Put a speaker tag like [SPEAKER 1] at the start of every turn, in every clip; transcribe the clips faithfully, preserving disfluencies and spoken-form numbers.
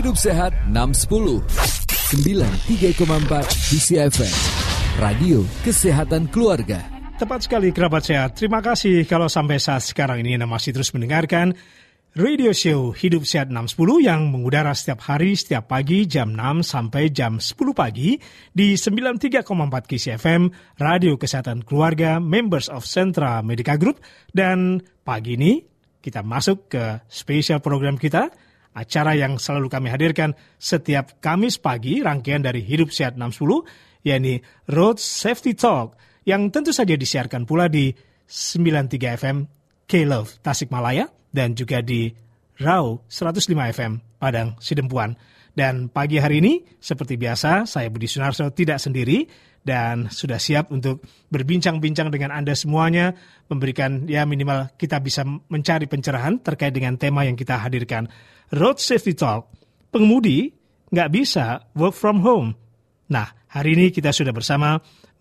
[SPEAKER 1] Hidup Sehat enam sepuluh sembilan puluh tiga koma empat D C F M Radio Kesehatan Keluarga.
[SPEAKER 2] Tepat sekali kerabat sehat. Terima kasih kalau sampai saat sekarang ini Anda masih terus mendengarkan radio show Hidup Sehat enam sepuluh yang mengudara setiap hari, setiap pagi jam enam sampai jam sepuluh pagi di sembilan puluh tiga koma empat K C F M Radio Kesehatan Keluarga, members of Sentra Medica Group. Dan pagi ini kita masuk ke spesial program kita, acara yang selalu kami hadirkan setiap Kamis pagi, rangkaian dari Hidup Sehat enam sepuluh, yakni Road Safety Talk, yang tentu saja disiarkan pula di sembilan puluh tiga F M K-Love Tasikmalaya dan juga di R A U seratus lima F M Padang Sidempuan. Dan pagi hari ini, seperti biasa, saya Budi Sunarso tidak sendiri dan sudah siap untuk berbincang-bincang dengan Anda semuanya, memberikan ya minimal kita bisa mencari pencerahan terkait dengan tema yang kita hadirkan. Road Safety Talk, pengemudi nggak bisa work from home. Nah, hari ini kita sudah bersama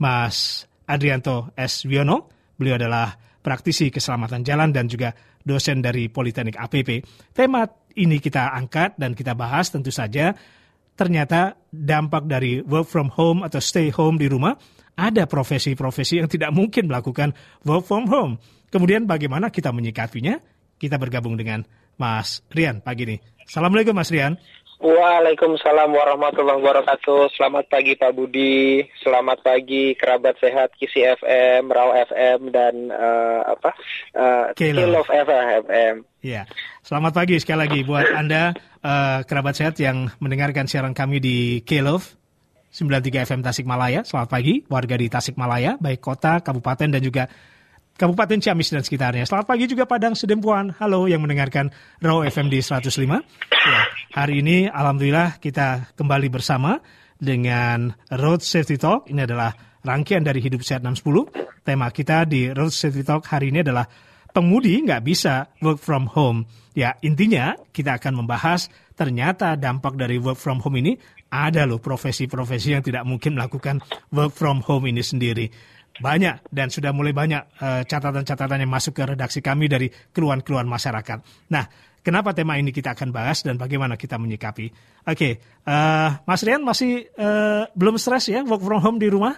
[SPEAKER 2] Mas Adrianto S. Wiono. Beliau adalah praktisi keselamatan jalan dan juga dosen dari Politeknik A P P. Tema ini kita angkat dan kita bahas tentu saja ternyata dampak dari work from home atau stay home di rumah. Ada profesi-profesi yang tidak mungkin melakukan work from home. Kemudian bagaimana kita menyikapinya? Kita bergabung dengan Mas Rian pagi ini. Assalamualaikum Mas Rian.
[SPEAKER 3] Waalaikumsalam warahmatullahi wabarakatuh. Selamat pagi Pak Budi. Selamat pagi kerabat sehat K C F M, R A U F M dan uh, apa? Uh, K-Love F M.
[SPEAKER 2] Ya. Selamat pagi sekali lagi buat Anda uh, kerabat sehat yang mendengarkan siaran kami di K-Love sembilan puluh tiga F M Tasikmalaya. Selamat pagi warga di Tasikmalaya, baik kota, kabupaten dan juga Kabupaten Ciamis dan sekitarnya. Selamat pagi juga Padang Sidempuan. Halo yang mendengarkan R A U F M di seratus lima. Ya, hari ini alhamdulillah kita kembali bersama dengan Road Safety Talk. Ini adalah rangkaian dari Hidup Sehat enam sepuluh. Tema kita di Road Safety Talk hari ini adalah pengemudi nggak bisa work from home. Ya, intinya kita akan membahas ternyata dampak dari work from home ini ada loh profesi-profesi yang tidak mungkin melakukan work from home ini sendiri. Banyak dan sudah mulai banyak uh, catatan-catatan yang masuk ke redaksi kami dari keluhan-keluhan masyarakat. Nah, kenapa tema ini kita akan bahas dan bagaimana kita menyikapi? Oke, okay, uh, Mas Rian masih uh, belum stres ya work from home di rumah?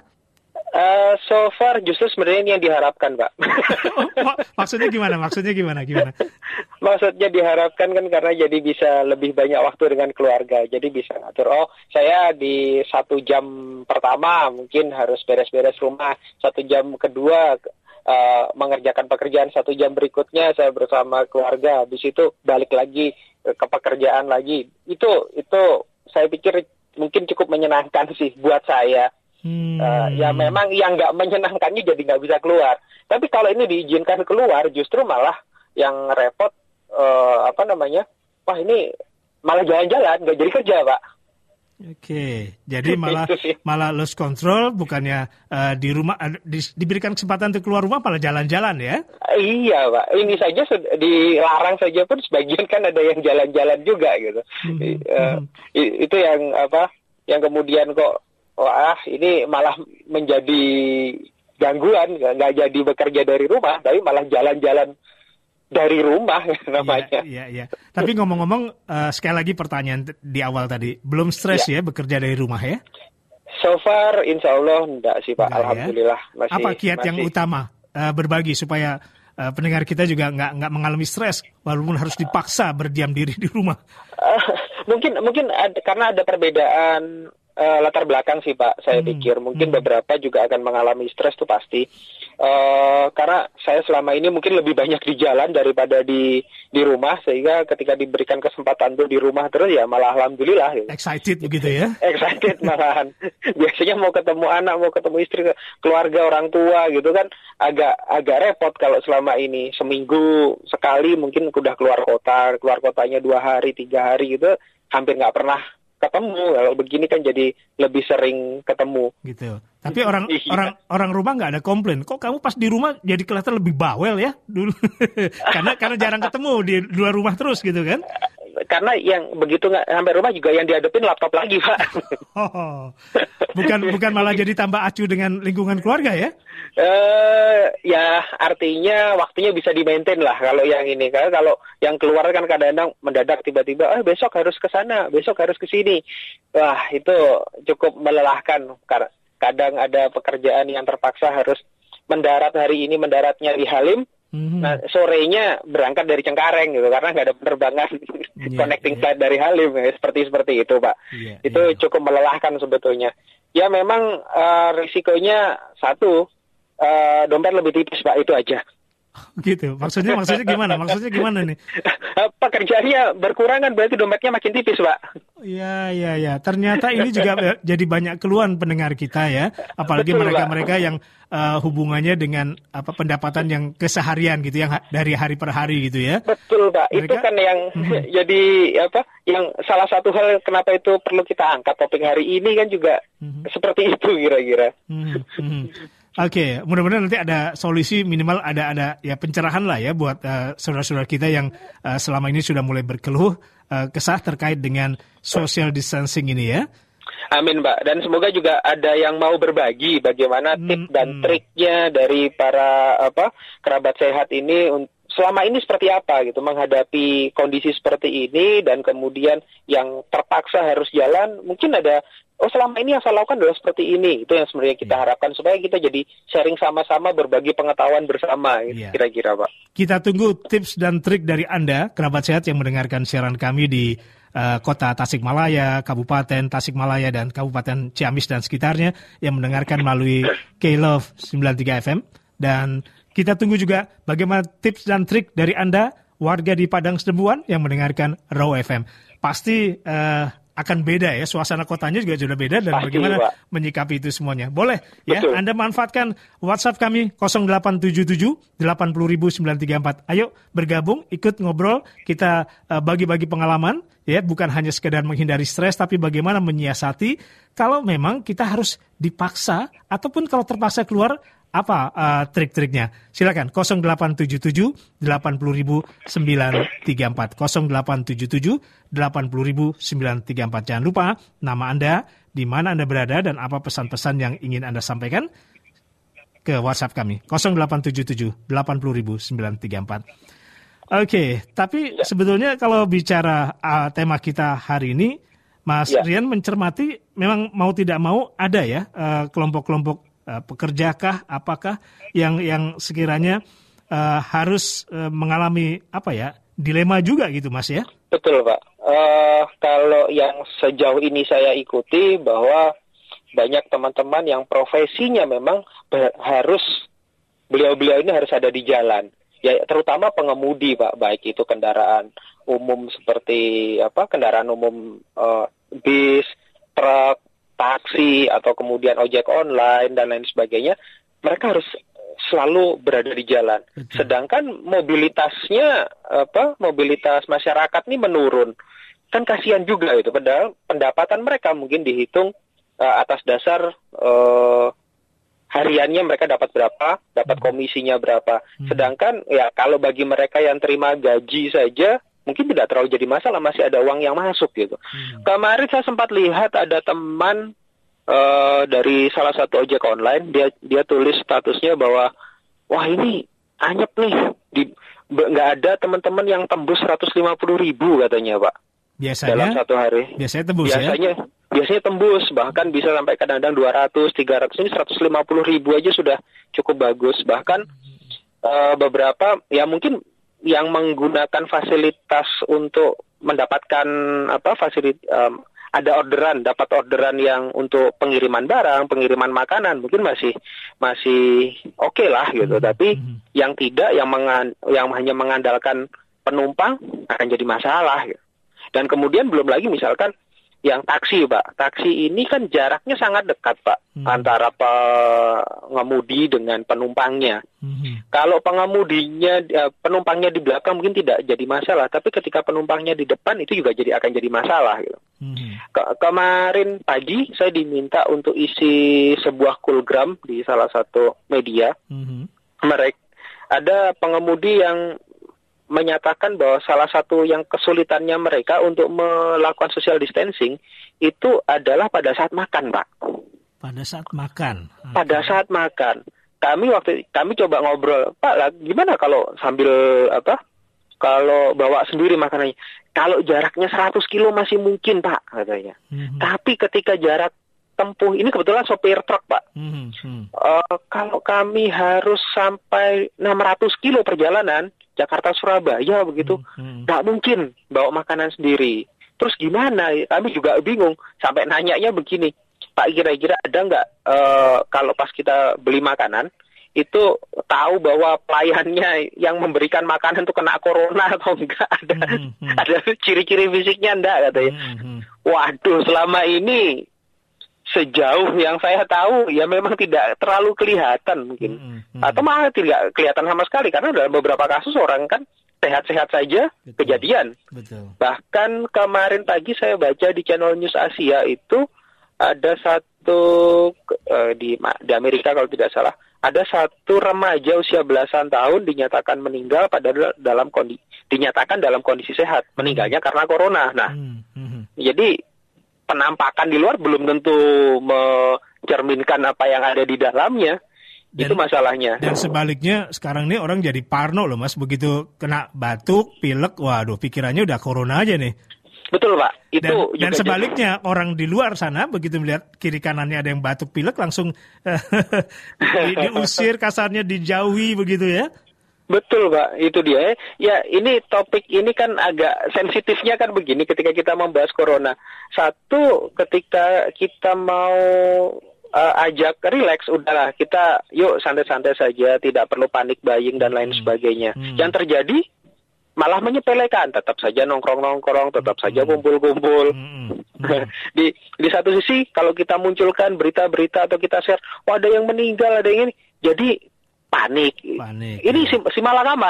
[SPEAKER 3] Uh, so far justru sebenarnya ini yang diharapkan, Pak.
[SPEAKER 2] Maksudnya gimana? Maksudnya gimana? Gimana?
[SPEAKER 3] Maksudnya diharapkan kan karena jadi bisa lebih banyak waktu dengan keluarga. Jadi bisa ngatur, oh saya di satu jam pertama mungkin harus beres-beres rumah. Satu jam kedua uh, mengerjakan pekerjaan. Satu jam berikutnya saya bersama keluarga. Habis itu balik lagi ke pekerjaan lagi. Itu itu saya pikir mungkin cukup menyenangkan sih buat saya. Hmm. Uh, ya memang yang nggak menyenangkannya jadi nggak bisa keluar. Tapi kalau ini diizinkan keluar, justru malah yang repot uh, apa namanya? Wah ini malah jalan-jalan, nggak jadi kerja, Pak.
[SPEAKER 2] Oke, jadi malah malah lost control, bukannya uh, di rumah uh, di, diberikan kesempatan untuk keluar rumah malah jalan-jalan ya?
[SPEAKER 3] Uh, iya, Pak. Ini saja dilarang saja pun sebagian kan ada yang jalan-jalan juga gitu. Hmm. Uh, hmm. Itu yang apa? Yang kemudian kok wah, ini malah menjadi gangguan, nggak jadi bekerja dari rumah, tapi malah jalan-jalan dari rumah namanya.
[SPEAKER 2] Iya, iya. Ya. Tapi ngomong-ngomong, uh, sekali lagi pertanyaan di awal tadi, belum stres ya. ya bekerja dari rumah ya?
[SPEAKER 3] So far, insya Allah enggak sih Pak, enggak, alhamdulillah.
[SPEAKER 2] Ya?
[SPEAKER 3] Masih,
[SPEAKER 2] Apa kiat
[SPEAKER 3] masih.
[SPEAKER 2] yang utama uh, berbagi supaya uh, pendengar kita juga nggak nggak mengalami stres, walaupun harus dipaksa berdiam diri di rumah? Uh,
[SPEAKER 3] mungkin mungkin ada, karena ada perbedaan Uh, latar belakang sih Pak, saya hmm. pikir mungkin hmm. beberapa juga akan mengalami stres tuh pasti. Uh, karena saya selama ini mungkin lebih banyak di jalan daripada di di rumah, sehingga ketika diberikan kesempatan tuh di rumah terus ya malah alhamdulillah. Gitu.
[SPEAKER 2] Excited begitu ya?
[SPEAKER 3] Excited malahan. Biasanya mau ketemu anak, mau ketemu istri, keluarga, orang tua gitu kan agak agak repot kalau selama ini seminggu sekali mungkin udah keluar kota, keluar kotanya dua hari, tiga hari gitu, hampir nggak pernah ketemu. Kalau begini kan jadi lebih sering ketemu.
[SPEAKER 2] Gitu. Tapi orang iya. orang orang rumah nggak ada komplain. Kok kamu pas di rumah jadi kelihatan lebih bawel ya dulu? karena karena jarang ketemu di luar rumah terus gitu kan?
[SPEAKER 3] karena yang begitu nggak sampai rumah juga yang dihadapin laptop lagi, Pak.
[SPEAKER 2] Oh, bukan bukan malah jadi tambah acuh dengan lingkungan keluarga ya?
[SPEAKER 3] Eh, ya artinya waktunya bisa di-maintain lah kalau yang ini. Karena kalau yang keluar kan kadang-kadang mendadak tiba-tiba, ah besok harus ke sana, besok harus ke sini. Wah, itu cukup melelahkan. Kadang ada pekerjaan yang terpaksa harus mendarat hari ini, mendaratnya di Halim. Mm-hmm. Nah, sorenya berangkat dari Cengkareng gitu karena nggak ada penerbangan yeah, connecting yeah. flight dari Halim ya, seperti seperti itu, Pak. Yeah, itu yeah. cukup melelahkan sebetulnya. Ya memang uh, risikonya satu, uh, dompet lebih tipis, Pak, itu aja.
[SPEAKER 2] Gitu. Maksudnya maksudnya gimana? Maksudnya gimana nih?
[SPEAKER 3] Pekerjaannya berkurang kan berarti dompetnya makin tipis, Pak.
[SPEAKER 2] Iya, iya, iya. Ternyata ini juga jadi banyak keluhan pendengar kita ya. Apalagi Betul, mereka-mereka yang uh, hubungannya dengan apa pendapatan yang keseharian gitu, yang ha- dari hari per hari gitu ya.
[SPEAKER 3] Betul, Pak. Mereka, itu kan yang hmm. jadi apa? Yang salah satu hal kenapa itu perlu kita angkat topik hari ini kan juga hmm. seperti itu kira-kira. Hmm. Hmm.
[SPEAKER 2] Oke, okay, mudah-mudahan nanti ada solusi, minimal ada ada ya pencerahan lah ya buat uh, saudara-saudara kita yang uh, selama ini sudah mulai berkeluh uh, kesah terkait dengan social distancing ini ya.
[SPEAKER 3] Amin, Mbak. Dan semoga juga ada yang mau berbagi bagaimana hmm, tips dan hmm. triknya dari para apa kerabat sehat ini selama ini seperti apa gitu menghadapi kondisi seperti ini, dan kemudian yang terpaksa harus jalan mungkin ada. Oh, selama ini yang saya lakukan adalah seperti ini. Itu yang sebenarnya kita harapkan supaya kita jadi sharing sama-sama, berbagi pengetahuan bersama, gitu, yeah. kira-kira, Pak.
[SPEAKER 2] Kita tunggu tips dan trik dari Anda, kerabat sehat yang mendengarkan siaran kami di uh, kota Tasikmalaya, Kabupaten Tasikmalaya, dan Kabupaten Ciamis dan sekitarnya, yang mendengarkan melalui K-Love sembilan puluh tiga F M. Dan kita tunggu juga bagaimana tips dan trik dari Anda, warga di Padang Sedembuan, yang mendengarkan Raw F M. Pasti... Uh, akan beda ya, suasana kotanya juga sudah beda, dan Pasti, bagaimana Pak. menyikapi itu semuanya. Boleh ya, Betul. Anda manfaatkan WhatsApp kami nol delapan tujuh tujuh delapan nol nol sembilan tiga empat. Ayo bergabung, ikut ngobrol, kita uh, bagi-bagi pengalaman ya, bukan hanya sekedar menghindari stres, tapi bagaimana menyiasati kalau memang kita harus dipaksa ataupun kalau terpaksa keluar, apa uh, trik-triknya? Silakan nol delapan tujuh tujuh delapan nol nol sembilan tiga empat nol delapan tujuh tujuh delapan nol nol sembilan tiga empat. Jangan lupa nama Anda, di mana Anda berada, dan apa pesan-pesan yang ingin Anda sampaikan ke WhatsApp kami nol delapan tujuh tujuh delapan nol nol sembilan tiga empat. Oke, okay, tapi sebetulnya kalau bicara uh, tema kita hari ini, Mas ya. Rian mencermati memang mau tidak mau ada ya uh, kelompok-kelompok Uh, pekerjakah, apakah yang yang sekiranya uh, harus uh, mengalami apa ya dilema juga gitu, Mas ya?
[SPEAKER 3] Betul, Pak. Uh, kalau yang sejauh ini saya ikuti bahwa banyak teman-teman yang profesinya memang ber- harus beliau-beliau ini harus ada di jalan. Ya, terutama pengemudi, Pak, baik itu kendaraan umum seperti apa kendaraan umum uh, bis, truk, taksi, atau kemudian ojek online dan lain sebagainya, mereka harus selalu berada di jalan. Betul. Sedangkan mobilitasnya apa? Mobilitas masyarakat ini menurun. Kan kasihan juga itu. Padahal pendapatan mereka mungkin dihitung uh, atas dasar uh, hariannya mereka dapat berapa, dapat komisinya berapa. Hmm. Sedangkan ya kalau bagi mereka yang terima gaji saja mungkin tidak terlalu jadi masalah, masih ada uang yang masuk gitu. Hmm. Kemarin saya sempat lihat ada teman uh, dari salah satu ojek online, dia dia tulis statusnya bahwa wah ini anyep nih, di, nggak ada teman-teman yang tembus seratus lima puluh ribu katanya, Pak.
[SPEAKER 2] Biasanya
[SPEAKER 3] dalam satu hari.
[SPEAKER 2] Biasanya tembus
[SPEAKER 3] biasanya,
[SPEAKER 2] ya?
[SPEAKER 3] Biasanya tembus, bahkan bisa sampai kadang-kadang dua ratus, tiga ratus, ini seratus lima puluh ribu aja sudah cukup bagus. Bahkan uh, beberapa ya mungkin yang menggunakan fasilitas untuk mendapatkan apa fasilitas um, ada orderan, dapat orderan yang untuk pengiriman barang, pengiriman makanan mungkin masih masih oke okay lah gitu. Mm-hmm. Tapi mm-hmm. yang tidak, yang mengan, yang hanya mengandalkan penumpang akan jadi masalah. Gitu. Dan kemudian belum lagi misalkan yang taksi, Pak. Taksi ini kan jaraknya sangat dekat, Pak, hmm. antara pengemudi dengan penumpangnya. Hmm. Kalau pengemudinya, penumpangnya di belakang mungkin tidak jadi masalah, tapi ketika penumpangnya di depan itu juga jadi akan jadi masalah. Gitu. Hmm. Ke- kemarin pagi saya diminta untuk isi sebuah kulgram di salah satu media. Hmm. Mereka ada pengemudi yang menyatakan bahwa salah satu yang kesulitannya mereka untuk melakukan social distancing itu adalah pada saat makan, Pak.
[SPEAKER 2] Pada saat makan. Okay.
[SPEAKER 3] Pada saat makan. Kami waktu kami coba ngobrol, Pak, lah, gimana kalau sambil apa? Kalau bawa sendiri makanannya. Kalau jaraknya seratus kilo masih mungkin, Pak, katanya. Mm-hmm. Tapi ketika jarak tempuh, ini kebetulan sopir truk, Pak. Mm-hmm. Uh, kalau kami harus sampai enam ratus kilo perjalanan, Jakarta Surabaya begitu, nggak mm-hmm. mungkin bawa makanan sendiri. Terus gimana? Kami juga bingung. Sampai nanyanya begini, Pak, kira-kira ada nggak uh, kalau pas kita beli makanan itu tahu bahwa pelayannya yang memberikan makanan itu kena corona atau enggak? Ada mm-hmm. ada ciri-ciri fisiknya enggak, katanya. Mm-hmm. Waduh, selama ini sejauh yang saya tahu ya memang tidak terlalu kelihatan mungkin. Mm-hmm. Atau malah tidak kelihatan sama sekali karena dalam beberapa kasus orang kan sehat-sehat saja. Betul. Kejadian. Betul. Bahkan kemarin pagi saya baca di channel News Asia itu ada satu uh, di di Amerika kalau tidak salah, ada satu remaja usia belasan tahun dinyatakan meninggal pada dalam kondisi dinyatakan dalam kondisi sehat, meninggalnya karena corona. Nah, mm-hmm. jadi penampakan di luar belum tentu mencerminkan apa yang ada di dalamnya. Dan, itu masalahnya. Dan
[SPEAKER 2] sebaliknya sekarang nih orang jadi parno loh, Mas. Begitu kena batuk, pilek, waduh pikirannya udah corona aja nih.
[SPEAKER 3] Betul, Pak. Itu
[SPEAKER 2] dan, dan sebaliknya jadi. Orang di luar sana begitu melihat kiri kanannya ada yang batuk pilek langsung di, diusir, kasarnya dijauhi begitu ya.
[SPEAKER 3] Betul, Pak, itu dia. Ya, ini topik ini kan agak sensitifnya kan begini ketika kita membahas corona. Satu, ketika kita mau uh, ajak relax, udahlah kita yuk santai-santai saja, tidak perlu panik buying dan lain hmm. sebagainya. Hmm. Yang terjadi malah menyepelekan, tetap saja nongkrong-nongkrong, tetap hmm. saja kumpul-kumpul. Hmm. Hmm. di di satu sisi kalau kita munculkan berita-berita atau kita share, oh ada yang meninggal, ada yang ini, jadi panik. Panik. Ini ya. si, si malakama.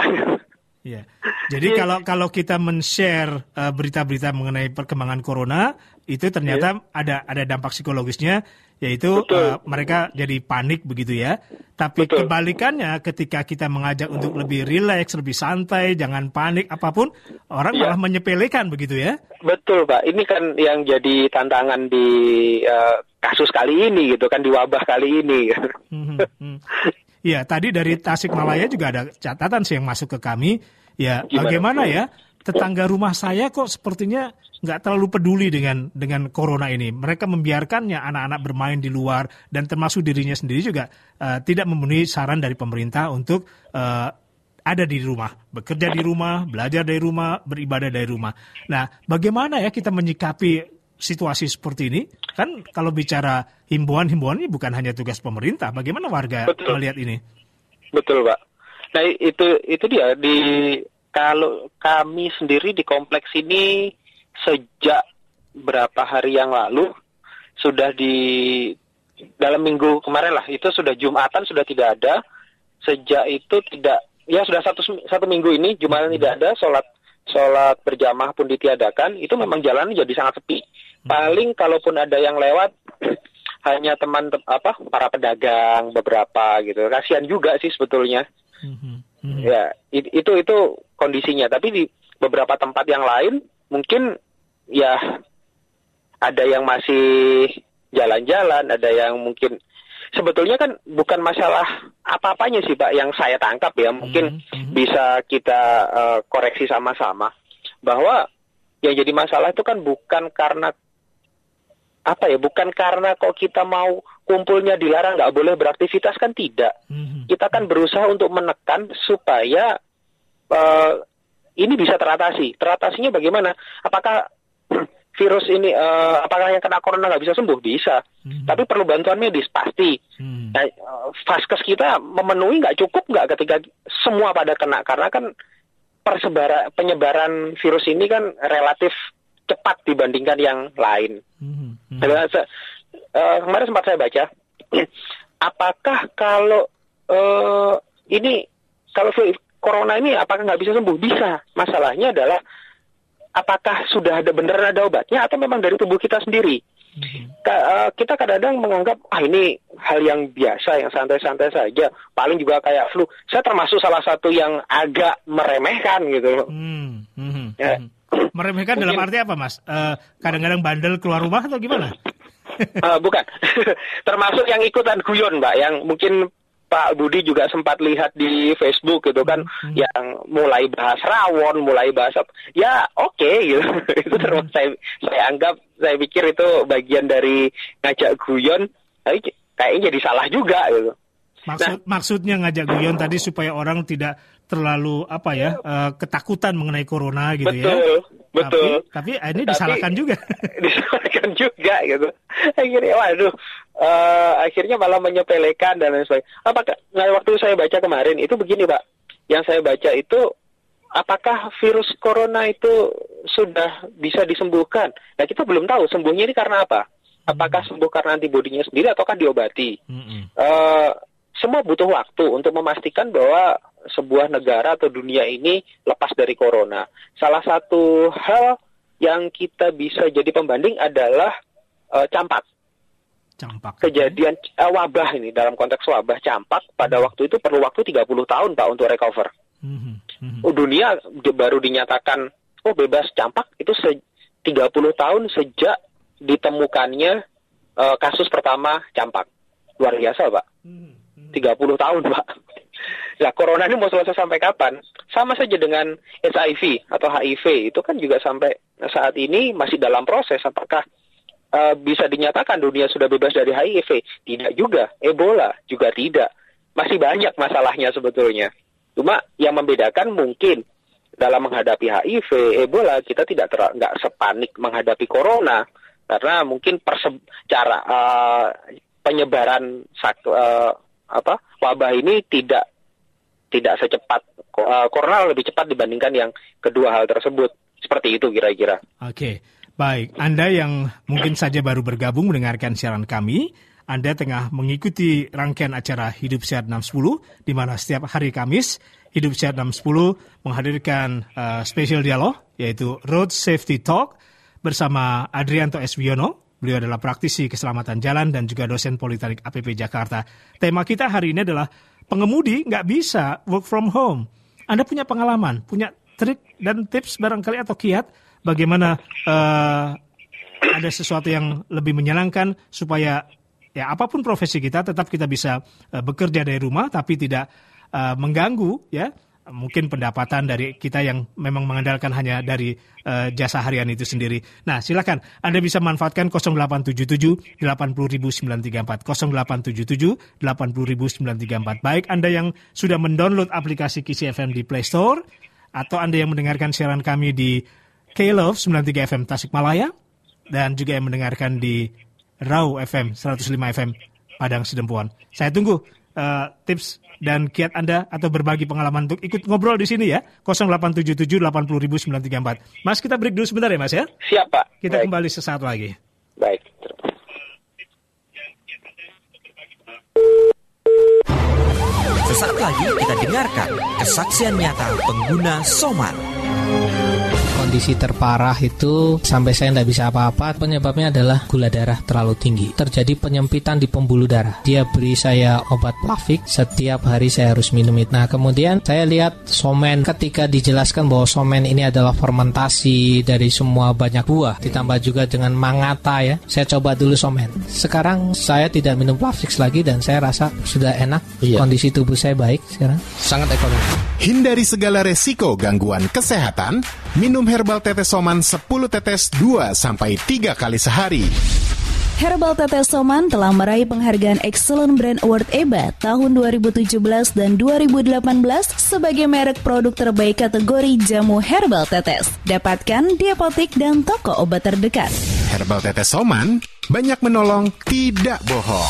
[SPEAKER 2] Ya. Jadi kalau kalau kita men-share uh, berita-berita mengenai perkembangan corona, itu ternyata ya. ada ada dampak psikologisnya, yaitu uh, mereka jadi panik begitu ya. Tapi Betul. kebalikannya ketika kita mengajak untuk lebih rileks, lebih santai, jangan panik apapun, orang ya. malah menyepelekan begitu ya.
[SPEAKER 3] Betul, Pak. Ini kan yang jadi tantangan di uh, kasus kali ini gitu kan, di wabah kali ini.
[SPEAKER 2] Hmm, hmm. Ya, tadi dari Tasikmalaya juga ada catatan sih yang masuk ke kami. Ya, Gimana? bagaimana ya tetangga rumah saya kok sepertinya nggak terlalu peduli dengan dengan corona ini. Mereka membiarkannya anak-anak bermain di luar dan termasuk dirinya sendiri juga uh, tidak memenuhi saran dari pemerintah untuk uh, ada di rumah, bekerja di rumah, belajar dari rumah, beribadah dari rumah. Nah, bagaimana ya kita menyikapi situasi seperti ini? Kan kalau bicara himbauan-himbauan ini bukan hanya tugas pemerintah. Bagaimana warga Betul. melihat ini?
[SPEAKER 3] Betul, Pak. Nah, itu itu dia di kalau kami sendiri di kompleks ini sejak berapa hari yang lalu sudah di dalam minggu kemarin lah, itu sudah Jumatan sudah tidak ada. Sejak itu tidak ya sudah satu satu minggu ini Jumatan hmm. tidak ada, sholat sholat berjamaah pun ditiadakan. Itu memang jalan jadi sangat sepi. Paling kalaupun ada yang lewat hanya teman te- apa para pedagang beberapa gitu. Kasihan juga sih sebetulnya. Mm-hmm. Mm-hmm. Ya it- itu itu kondisinya. Tapi di beberapa tempat yang lain mungkin ya ada yang masih jalan-jalan, ada yang mungkin sebetulnya kan bukan masalah apa-apanya sih, Pak, yang saya tangkap ya. Mungkin mm-hmm. bisa kita uh, koreksi sama-sama bahwa yang jadi masalah itu kan bukan karena apa ya, bukan karena kok kita mau kumpulnya dilarang, nggak boleh beraktivitas, kan tidak. Mm-hmm. Kita kan berusaha untuk menekan supaya uh, ini bisa teratasi. Teratasinya bagaimana? Apakah virus ini, uh, apakah yang kena corona nggak bisa sembuh? Bisa. Mm-hmm. Tapi perlu bantuan medis, pasti. Mm-hmm. Nah, uh, vaskes kita memenuhi nggak cukup nggak ketika semua pada kena? Karena kan persebaran penyebaran virus ini kan relatif cepat dibandingkan yang lain. Mm-hmm. Nah, se- uh, kemarin sempat saya baca, apakah kalau uh, ini kalau corona ini apakah nggak bisa sembuh? Bisa. Masalahnya adalah apakah sudah ada beneran ada obatnya atau memang dari tubuh kita sendiri? Kita kadang-kadang menganggap ah ini hal yang biasa, yang santai-santai saja, paling juga kayak flu. Saya termasuk salah satu yang agak meremehkan gitu.
[SPEAKER 2] Hmm. Hmm. Ya. Meremehkan dalam arti apa, Mas? Uh, kadang-kadang bandel keluar rumah atau gimana?
[SPEAKER 3] uh, bukan, termasuk yang ikutan guyon, Mbak, yang mungkin Pak Budi juga sempat lihat di Facebook gitu kan, hmm. yang mulai bahas rawon, mulai bahas apa. Ya oke okay, gitu. Itu terus saya saya anggap, saya pikir itu bagian dari ngajak guyon, tapi kayaknya jadi salah juga gitu.
[SPEAKER 2] Maksud nah, maksudnya ngajak guyon tadi supaya orang tidak terlalu apa ya uh, ketakutan mengenai corona gitu.
[SPEAKER 3] Betul,
[SPEAKER 2] ya.
[SPEAKER 3] Betul.
[SPEAKER 2] Tapi, tapi ini disalahkan tapi, juga.
[SPEAKER 3] Disalahkan juga gitu. Akhirnya waduh, uh, akhirnya malah menyepelekan dan lain sebagainya. Apakah nah, waktu saya baca kemarin itu begini, Pak. Yang saya baca itu, apakah virus corona itu sudah bisa disembuhkan? Nah, kita belum tahu sembuhnya ini karena apa. Apakah hmm. sembuh karena antibodinya sendiri ataukah diobati? Hmm. Uh, semua butuh waktu untuk memastikan bahwa sebuah negara atau dunia ini lepas dari corona. Salah satu hal yang kita bisa jadi pembanding adalah uh, campak.
[SPEAKER 2] Campak.
[SPEAKER 3] Kejadian uh, wabah ini, dalam konteks wabah campak, pada waktu itu perlu waktu tiga puluh tahun, Pak, untuk recover. Mm-hmm. Mm-hmm. Dunia baru dinyatakan, oh bebas campak, itu se- tiga puluh tahun sejak ditemukannya uh, kasus pertama campak. Luar biasa, Pak. Mm-hmm. tiga puluh tahun, Pak. Nah, corona ini mau selesai sampai kapan? Sama saja dengan H I V atau H I V, itu kan juga sampai saat ini masih dalam proses. Apakah uh, bisa dinyatakan dunia sudah bebas dari H I V? Tidak juga. Ebola juga tidak. Masih banyak masalahnya sebetulnya. Cuma yang membedakan mungkin dalam menghadapi H I V, Ebola, kita tidak ter- nggak sepanik menghadapi corona. Karena mungkin perse- cara uh, penyebaran satu, uh, apa wabah ini tidak tidak secepat uh, corona, lebih cepat dibandingkan yang kedua hal tersebut. Seperti itu kira-kira.
[SPEAKER 2] Oke, baik. Anda yang mungkin saja baru bergabung mendengarkan siaran kami, Anda tengah mengikuti rangkaian acara Hidup Sehat enam sepuluh, di mana setiap hari Kamis Hidup Sehat enam sepuluh menghadirkan uh, spesial dialog, yaitu Road Safety Talk bersama Adrianto S. Wiono. Beliau adalah praktisi keselamatan jalan dan juga dosen Politeknik A P P Jakarta. Tema kita hari ini adalah pengemudi nggak bisa work from home. Anda punya pengalaman, punya trik dan tips barangkali atau kiat bagaimana uh, ada sesuatu yang lebih menyenangkan supaya ya apapun profesi kita tetap kita bisa uh, bekerja dari rumah tapi tidak uh, mengganggu ya. Mungkin pendapatan dari kita yang memang mengandalkan hanya dari uh, jasa harian itu sendiri. Nah, silakan Anda bisa manfaatkan nol delapan tujuh tujuh delapan nol nol sembilan tiga empat nol delapan tujuh tujuh delapan nol nol sembilan tiga empat. Baik Anda yang sudah mendownload aplikasi K C F M di Play Store atau Anda yang mendengarkan siaran kami di K-Love sembilan puluh tiga F M Tasikmalaya dan juga yang mendengarkan di Raw F M seratus lima F M Padang Sidempuan. Saya tunggu uh, tips dan kiat Anda atau berbagi pengalaman untuk ikut ngobrol di sini ya. nol delapan tujuh tujuh delapan nol nol sembilan tiga empat. Mas, kita break dulu sebentar ya, Mas ya?
[SPEAKER 3] Siap, Pak.
[SPEAKER 2] Kita
[SPEAKER 3] Baik.
[SPEAKER 2] Kembali sesaat lagi.
[SPEAKER 3] Baik.
[SPEAKER 1] Sesaat lagi kita dengarkan kesaksian nyata pengguna Soman.
[SPEAKER 4] Kondisi terparah itu sampai saya tidak bisa apa-apa. Penyebabnya adalah gula darah terlalu tinggi. Terjadi penyempitan di pembuluh darah. Dia beri saya obat Plavix. Setiap hari saya harus minum itu. Nah, kemudian saya lihat Somen. Ketika dijelaskan bahwa Somen ini adalah fermentasi dari semua banyak buah, ditambah juga dengan mangata ya. Saya coba dulu Somen. Sekarang saya tidak minum Plavix lagi dan saya rasa sudah enak. Iya. Kondisi tubuh saya baik sekarang. Sangat ekonomi.
[SPEAKER 5] Hindari segala resiko gangguan kesehatan. Minum Herbal Tetes Soman sepuluh tetes dua sampai tiga kali sehari.
[SPEAKER 6] Herbal Tetes Soman telah meraih penghargaan Excellent Brand Award E B A tahun dua ribu tujuh belas dan dua ribu delapan belas sebagai merek produk terbaik kategori jamu Herbal Tetes. Dapatkan di apotek dan toko obat terdekat.
[SPEAKER 5] Herbal Tetes Soman, banyak menolong, tidak bohong.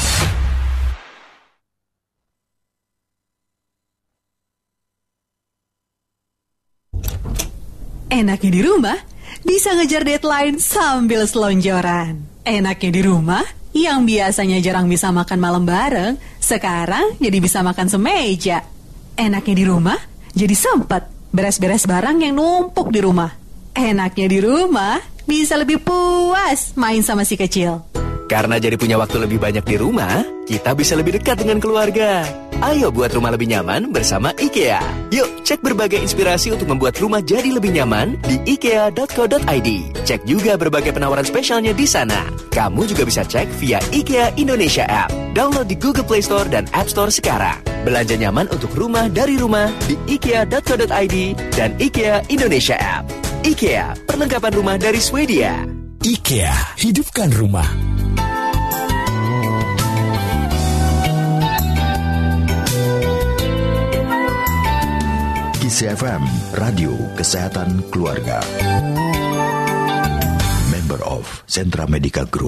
[SPEAKER 7] Enaknya di rumah, bisa ngejar deadline sambil selonjoran. Enaknya di rumah, yang biasanya jarang bisa makan malam bareng, sekarang jadi bisa makan semeja. Enaknya di rumah, jadi sempat beres-beres barang yang numpuk di rumah. Enaknya di rumah, bisa lebih puas main sama si kecil.
[SPEAKER 8] Karena jadi punya waktu lebih banyak di rumah, kita bisa lebih dekat dengan keluarga. Ayo buat rumah lebih nyaman bersama IKEA. Yuk, cek berbagai inspirasi untuk membuat rumah jadi lebih nyaman di ikea dot co dot i d. Cek juga berbagai penawaran spesialnya di sana. Kamu juga bisa cek via IKEA Indonesia App. Download di Google Play Store dan App Store sekarang. Belanja nyaman untuk rumah dari rumah di ikea dot co dot i d dan IKEA Indonesia App. IKEA, perlengkapan rumah dari Swedia.
[SPEAKER 1] IKEA, hidupkan rumah.
[SPEAKER 9] Kiss F M, Radio Kesehatan Keluarga. Member of Sentra Medical Group.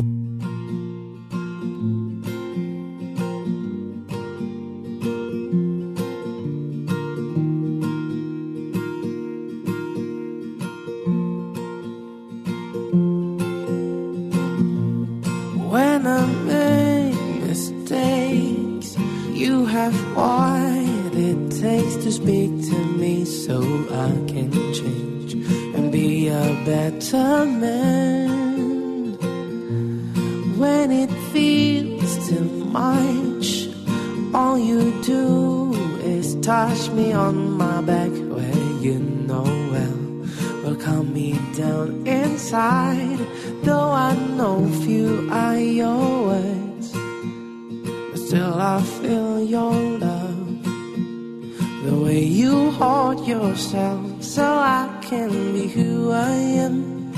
[SPEAKER 10] When I make mistakes, you have what it takes to speak to me so I can change and be a better man. When it feels too much, all you do is touch me on my back where you know well will calm me down inside. Though I know few are your words, but still I feel your love. The way you hold yourself so I can be who I am.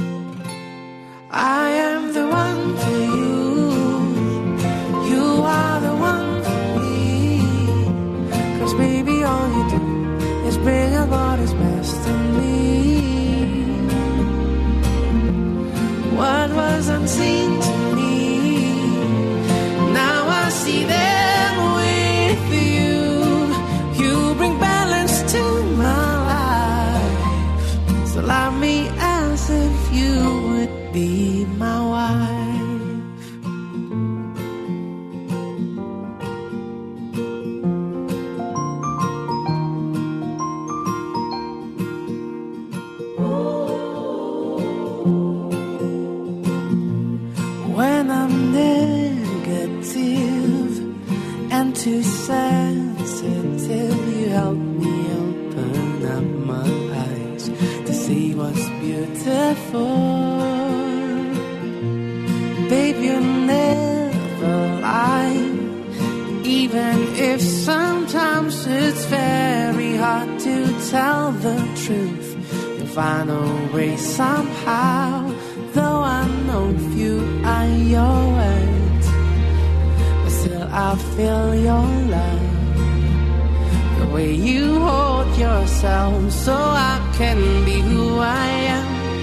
[SPEAKER 10] I am the one for you. You are the one for me. Cause baby all you do is bring out what is best in me. What was unseen to me, now I see them with you. You bring balance to my life, so love me as if you would be my wife. When I'm negative and too sensitive, you help me open up my eyes to see what's beautiful. Babe, you never lie, even if sometimes it's very hard to tell the truth. You'll find a way somehow. Though I know few are your words, but still I feel your love. The way you hold yourself so I can be who I am.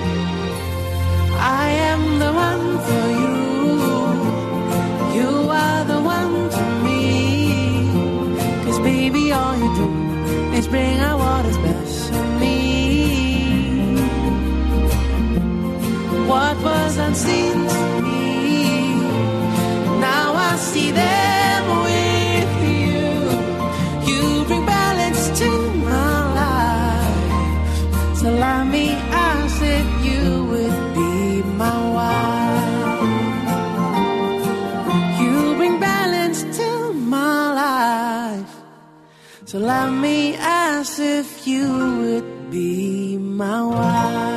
[SPEAKER 10] I am the one for you. You are the one for me. Cause baby all you do is bring out what is best in me. What was unseen to me, now I see them with you. You bring balance to my life, so love me as if you would be my wife. You bring balance to my life, so love me as if you would be my wife.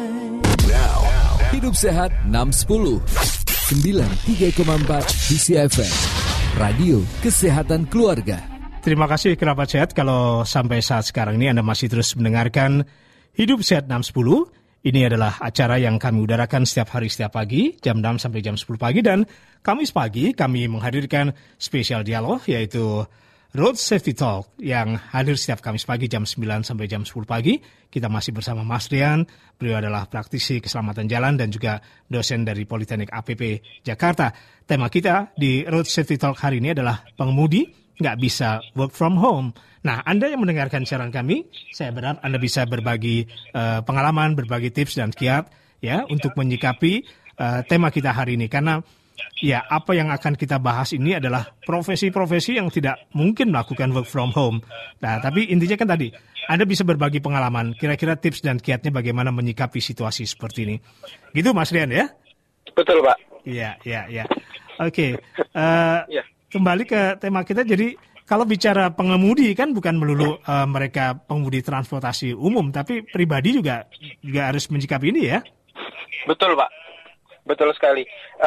[SPEAKER 1] Hidup Sehat enam sepuluh sembilan tiga koma empat D C F M Radio Kesehatan Keluarga.
[SPEAKER 2] Terima kasih kerabat sehat kalau sampai saat sekarang ini Anda masih terus mendengarkan Hidup Sehat enam sepuluh. Ini adalah acara yang kami udarakan setiap hari setiap pagi jam enam sampai jam sepuluh pagi, dan Kamis pagi kami menghadirkan spesial dialog yaitu Road Safety Talk yang hadir setiap Kamis pagi jam sembilan sampai jam sepuluh pagi. Kita masih bersama Mas Rian, beliau adalah praktisi keselamatan jalan dan juga dosen dari Politeknik A P P Jakarta. Tema kita di Road Safety Talk hari ini adalah pengemudi nggak bisa work from home. Nah, Anda yang mendengarkan siaran kami, saya berharap Anda bisa berbagi uh, pengalaman, berbagi tips dan kiat ya untuk menyikapi uh, tema kita hari ini. Karena ya, apa yang akan kita bahas ini adalah profesi-profesi yang tidak mungkin melakukan work from home. Nah, tapi intinya kan tadi, Anda bisa berbagi pengalaman, kira-kira tips dan kiatnya bagaimana menyikapi situasi seperti ini. Gitu Mas Rian ya?
[SPEAKER 3] Betul Pak.
[SPEAKER 2] Iya, iya, iya. Oke, uh,
[SPEAKER 3] Ya.
[SPEAKER 2] kembali ke tema kita. Jadi kalau bicara pengemudi kan bukan melulu uh, mereka pengemudi transportasi umum, tapi pribadi juga juga harus menyikapi ini ya.
[SPEAKER 3] Betul, Pak. Betul sekali.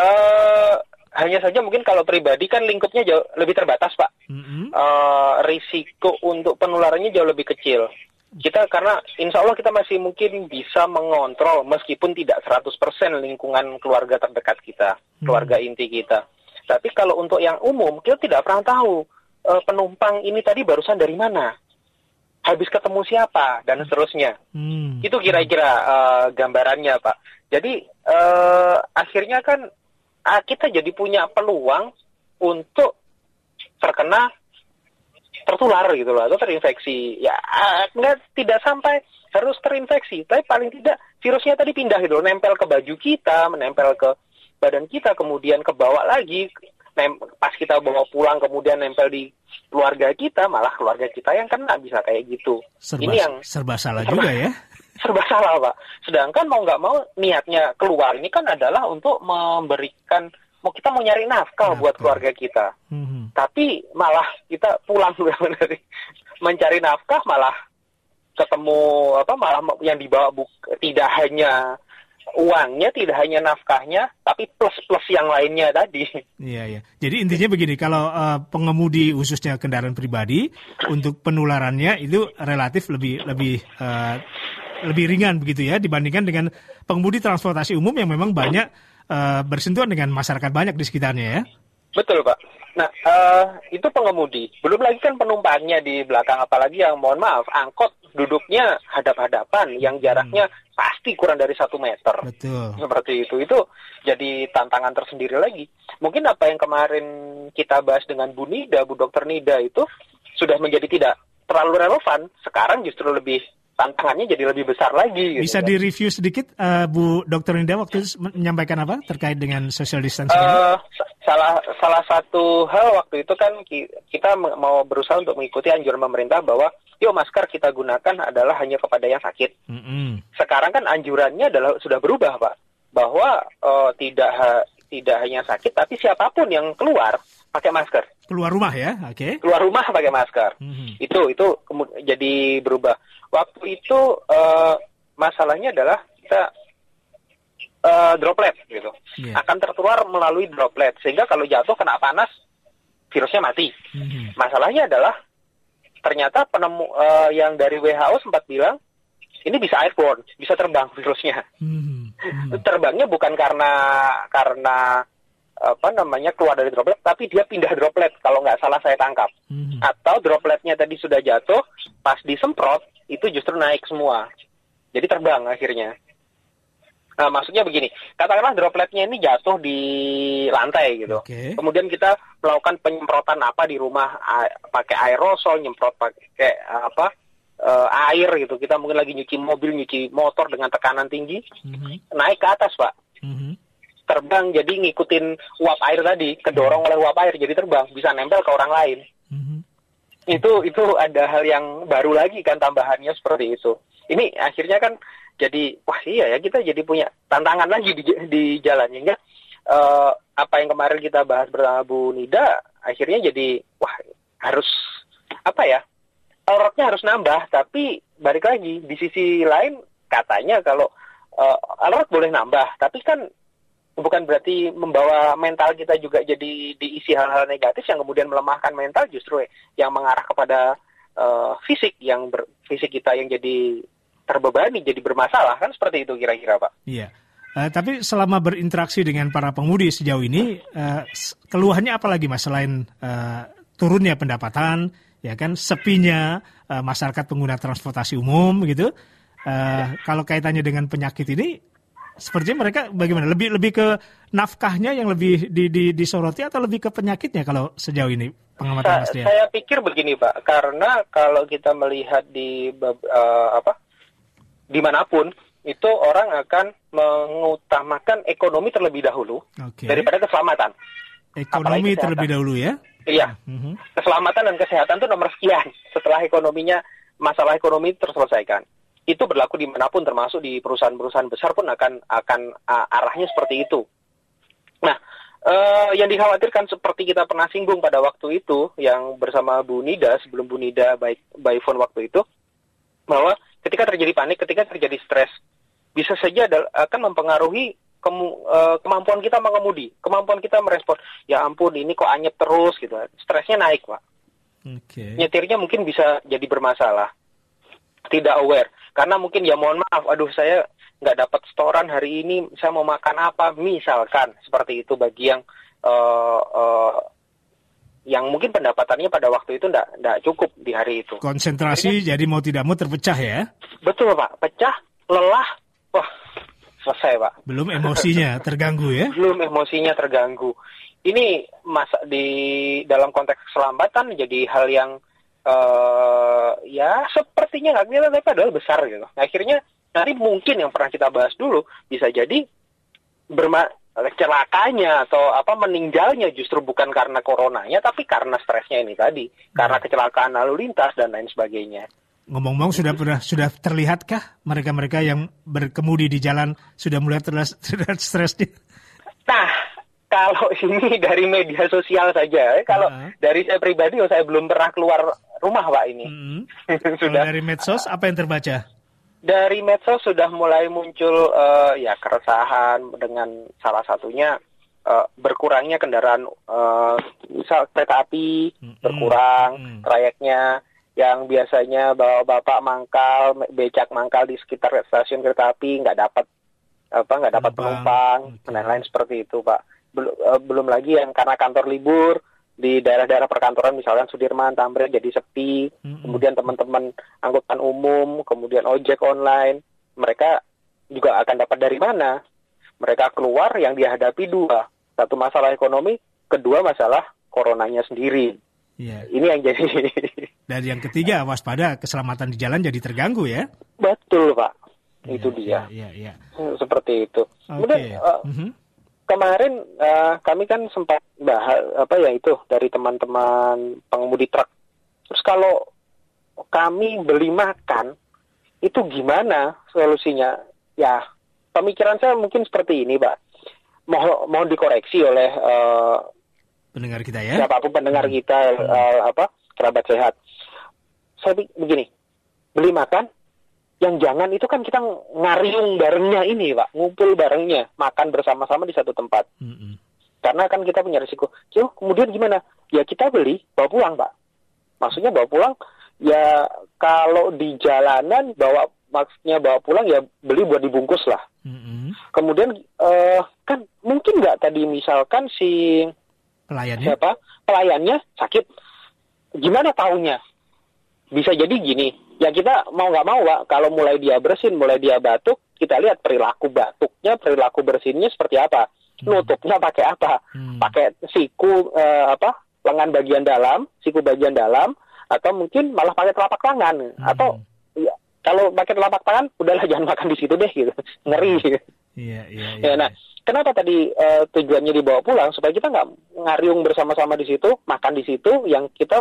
[SPEAKER 3] Uh, hanya saja mungkin kalau pribadi kan lingkupnya jauh lebih terbatas, Pak.
[SPEAKER 2] Mm-hmm.
[SPEAKER 3] Uh, risiko untuk penularannya jauh lebih kecil. Kita karena insya Allah kita masih mungkin bisa mengontrol meskipun tidak seratus persen lingkungan keluarga terdekat kita, keluarga inti kita. Tapi kalau untuk yang umum, kita tidak pernah tahu uh, penumpang ini tadi barusan dari mana, habis ketemu siapa, dan seterusnya.
[SPEAKER 2] Hmm.
[SPEAKER 3] Itu kira-kira uh, gambarannya, Pak. Jadi uh, akhirnya kan uh, kita jadi punya peluang untuk terkena tertular gitu loh, atau terinfeksi. Ya nggak, tidak sampai harus terinfeksi, tapi paling tidak virusnya tadi pindah gitu loh, nempel ke baju kita, menempel ke badan kita, kemudian kebawa lagi, nem- pas kita bawa pulang kemudian nempel di keluarga kita, malah keluarga kita yang kena, bisa kayak gitu.
[SPEAKER 2] Serba,
[SPEAKER 3] Ini yang
[SPEAKER 2] serba salah
[SPEAKER 3] serba,
[SPEAKER 2] juga ya.
[SPEAKER 3] Serba salah, Pak. Sedangkan mau nggak mau niatnya keluar ini kan adalah untuk memberikan, mau kita mau nyari nafkah
[SPEAKER 2] Nafkah.
[SPEAKER 3] buat keluarga kita.
[SPEAKER 2] Hmm.
[SPEAKER 3] Tapi malah kita pulang dari mencari nafkah, malah ketemu apa malah yang dibawa buk- tidak hanya uangnya, tidak hanya nafkahnya, tapi plus-plus yang lainnya tadi.
[SPEAKER 2] Iya, iya. Jadi intinya begini, kalau uh, pengemudi khususnya kendaraan pribadi untuk penularannya itu relatif lebih lebih uh, lebih ringan begitu ya dibandingkan dengan pengemudi transportasi umum yang memang banyak uh, bersentuhan dengan masyarakat banyak di sekitarnya ya.
[SPEAKER 3] Betul, Pak. Nah, uh, itu pengemudi. Belum lagi kan penumpangnya di belakang, apalagi yang mohon maaf, angkot duduknya hadap-hadapan, yang jaraknya hmm. pasti kurang dari satu meter.
[SPEAKER 2] Betul.
[SPEAKER 3] Seperti itu. Itu jadi tantangan tersendiri lagi. Mungkin apa yang kemarin kita bahas dengan Bu Nida, Bu Dokter Nida itu sudah menjadi tidak terlalu relevan. Sekarang justru lebih tantangannya jadi lebih besar lagi. Gitu.
[SPEAKER 2] Bisa di-review sedikit, uh, Bu Dokter Nida waktu itu menyampaikan apa terkait dengan social distancing?
[SPEAKER 3] Uh, salah salah satu hal waktu itu kan kita mau berusaha untuk mengikuti anjuran pemerintah bahwa yuk masker kita gunakan adalah hanya kepada yang sakit.
[SPEAKER 2] Mm-hmm.
[SPEAKER 3] Sekarang kan anjurannya adalah sudah berubah, Pak, bahwa uh, tidak ha, tidak hanya sakit tapi siapapun yang keluar pakai masker.
[SPEAKER 2] Keluar rumah ya, oke. Okay.
[SPEAKER 3] Keluar rumah pakai masker. Mm-hmm. Itu itu jadi berubah. Waktu itu uh, masalahnya adalah kita uh, droplet gitu, yeah. akan tertular melalui droplet sehingga kalau jatuh kena panas virusnya mati. Mm-hmm. Masalahnya adalah ternyata penemu uh, yang dari W H O sempat bilang ini bisa airborne, bisa terbang virusnya. Mm-hmm. Terbangnya bukan karena karena apa namanya keluar dari droplet, tapi dia pindah droplet kalau nggak salah saya tangkap. Mm-hmm. Atau dropletnya tadi sudah jatuh, pas disemprot itu justru naik semua, jadi terbang akhirnya. Nah, maksudnya begini, katakanlah dropletnya ini jatuh di lantai gitu. Okay. Kemudian kita melakukan penyemprotan apa di rumah, a- pakai aerosol, nyemprot pakai apa uh, air gitu. Kita mungkin lagi nyuci mobil, nyuci motor dengan tekanan tinggi, mm-hmm. naik ke atas, Pak. Mm-hmm. Terbang, jadi ngikutin uap air tadi, kedorong oleh uap air, jadi terbang, bisa nempel ke orang lain. Mm-hmm. Itu itu ada hal yang baru lagi kan, tambahannya seperti itu. Ini akhirnya kan jadi, wah iya ya, kita jadi punya tantangan lagi di, di jalan. Hingga uh, apa yang kemarin kita bahas bersama Bu Nida, akhirnya jadi, wah harus, apa ya, alertnya harus nambah. Tapi balik lagi, di sisi lain katanya kalau uh, alert boleh nambah, tapi kan bukan berarti membawa mental kita juga jadi diisi hal-hal negatif yang kemudian melemahkan mental, justru yang mengarah kepada uh, fisik, yang ber, fisik kita yang jadi terbebani, jadi bermasalah, kan seperti itu kira-kira, Pak.
[SPEAKER 2] Iya. Uh, tapi selama berinteraksi dengan para pengemudi sejauh ini, uh, keluhannya apa lagi, Mas, selain uh, turunnya pendapatan, ya kan, sepinya uh, masyarakat pengguna transportasi umum gitu. Uh, ya. Kalau kaitannya dengan penyakit ini, sepertinya mereka bagaimana? Lebih lebih ke nafkahnya yang lebih di, di, disoroti atau lebih ke penyakitnya kalau sejauh ini pengamatan Mas Dian?
[SPEAKER 3] Saya pikir begini, Pak, karena kalau kita melihat di uh, apa dimanapun itu orang akan mengutamakan ekonomi terlebih dahulu, okay, daripada keselamatan.
[SPEAKER 2] Ekonomi terlebih dahulu ya?
[SPEAKER 3] Iya. Uh-huh. Keselamatan dan kesehatan itu nomor sekian setelah ekonominya, masalah ekonomi terselesaikan. Itu berlaku dimanapun, termasuk di perusahaan-perusahaan besar pun akan akan uh, arahnya seperti itu. Nah, uh, yang dikhawatirkan seperti kita pernah singgung pada waktu itu, yang bersama Bu Nida, sebelum Bu Nida by, by phone waktu itu, bahwa ketika terjadi panik, ketika terjadi stres, bisa saja adalah, akan mempengaruhi kemu, uh, kemampuan kita mengemudi, kemampuan kita merespon. Ya ampun, ini kok anyep terus gitu. Stresnya naik, Pak.
[SPEAKER 2] Okay.
[SPEAKER 3] Nyetirnya mungkin bisa jadi bermasalah. Tidak aware. Karena mungkin ya mohon maaf, aduh saya nggak dapat setoran hari ini, saya mau makan apa, misalkan seperti itu bagi yang uh, uh, yang mungkin pendapatannya pada waktu itu nggak nggak cukup di hari itu.
[SPEAKER 2] Konsentrasi jadi, jadi mau tidak mau terpecah ya?
[SPEAKER 3] Betul Pak, pecah, lelah, wah selesai Pak.
[SPEAKER 2] Belum emosinya terganggu ya?
[SPEAKER 3] Belum emosinya terganggu. Ini masa di dalam konteks keselamatan jadi hal yang Uh, ya sepertinya nggak kelihatan tapi padahal besar gitu. Akhirnya nanti mungkin yang pernah kita bahas dulu bisa jadi berma- celakanya atau apa meninggalnya justru bukan karena coronanya tapi karena stresnya ini tadi, hmm. karena kecelakaan lalu lintas dan lain sebagainya.
[SPEAKER 2] Ngomong-ngomong sudah pernah sudah terlihatkah mereka-mereka yang berkemudi di jalan sudah mulai terlihat stresnya? Nah.
[SPEAKER 3] Kalau ini dari media sosial saja, kalau uh-huh. dari saya pribadi, saya belum pernah keluar rumah Pak ini.
[SPEAKER 2] Uh-huh. Sudah dari medsos apa yang terbaca?
[SPEAKER 3] Dari medsos sudah mulai muncul uh, ya keresahan dengan salah satunya uh, berkurangnya kendaraan, uh, misal kereta api uh-huh. berkurang uh-huh. trayeknya, yang biasanya bapak-bapak mangkal, becak mangkal di sekitar stasiun kereta api nggak dapat apa nggak dapat penumpang, okay. dan lain-lain seperti itu Pak. Belum, uh, belum lagi yang karena kantor libur di daerah-daerah perkantoran misalkan Sudirman, Tamrin jadi sepi, mm-hmm. kemudian teman-teman angkutan umum, kemudian ojek online, mereka juga akan dapat dari mana? Mereka keluar yang dihadapi dua, satu masalah ekonomi, kedua masalah coronanya sendiri.
[SPEAKER 2] Yeah.
[SPEAKER 3] Ini yang jadi.
[SPEAKER 2] Dan yang ketiga waspada keselamatan di jalan jadi terganggu ya?
[SPEAKER 3] Betul Pak, yeah, itu dia.
[SPEAKER 2] Yeah, yeah, yeah.
[SPEAKER 3] Seperti itu.
[SPEAKER 2] Okay.
[SPEAKER 3] Kemudian. Uh, mm-hmm. Kemarin uh, kami kan sempat bahas apa ya itu dari teman-teman pengemudi truk. Terus kalau kami beli makan itu gimana solusinya? Ya pemikiran saya mungkin seperti ini, Pak. Mohon mohon dikoreksi oleh uh,
[SPEAKER 2] pendengar kita ya.
[SPEAKER 3] Siapapun pendengar kita uh, apa kerabat sehat. Saya begini, beli makan. Yang jangan itu kan kita ngariung barengnya ini Pak, ngumpul barengnya, makan bersama-sama di satu tempat. Mm-hmm. Karena kan kita punya risiko. Yo, kemudian gimana? Ya kita beli, bawa pulang Pak. Maksudnya bawa pulang, ya kalau di jalanan bawa maksudnya bawa pulang ya beli buat dibungkus lah. Mm-hmm. Kemudian uh, kan mungkin nggak tadi misalkan si
[SPEAKER 2] pelayannya
[SPEAKER 3] siapa pelayannya sakit, gimana taunya? Bisa jadi gini. Ya kita mau nggak mau Pak, kalau mulai dia bersin, mulai dia batuk, kita lihat perilaku batuknya, perilaku bersinnya seperti apa, hmm. nutupnya pakai apa, hmm. pakai siku eh, apa, lengan bagian dalam, siku bagian dalam, atau mungkin malah pakai telapak tangan, hmm. atau ya, kalau pakai telapak tangan, udahlah jangan makan di situ deh gitu, ngeri.
[SPEAKER 2] Iya iya.
[SPEAKER 3] Ya, nah, kenapa tadi eh, tujuannya dibawa pulang supaya kita nggak ngariung bersama-sama di situ, makan di situ, yang kita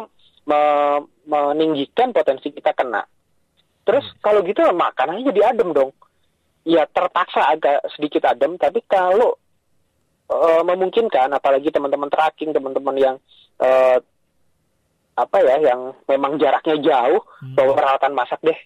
[SPEAKER 3] meninggikan potensi kita kena. Terus hmm. kalau gitu makanannya jadi adem dong. Ya terpaksa agak sedikit adem, tapi kalau uh, memungkinkan, apalagi teman-teman tracking, teman-teman yang uh, apa ya, yang memang jaraknya jauh, hmm. bawa peralatan masak deh.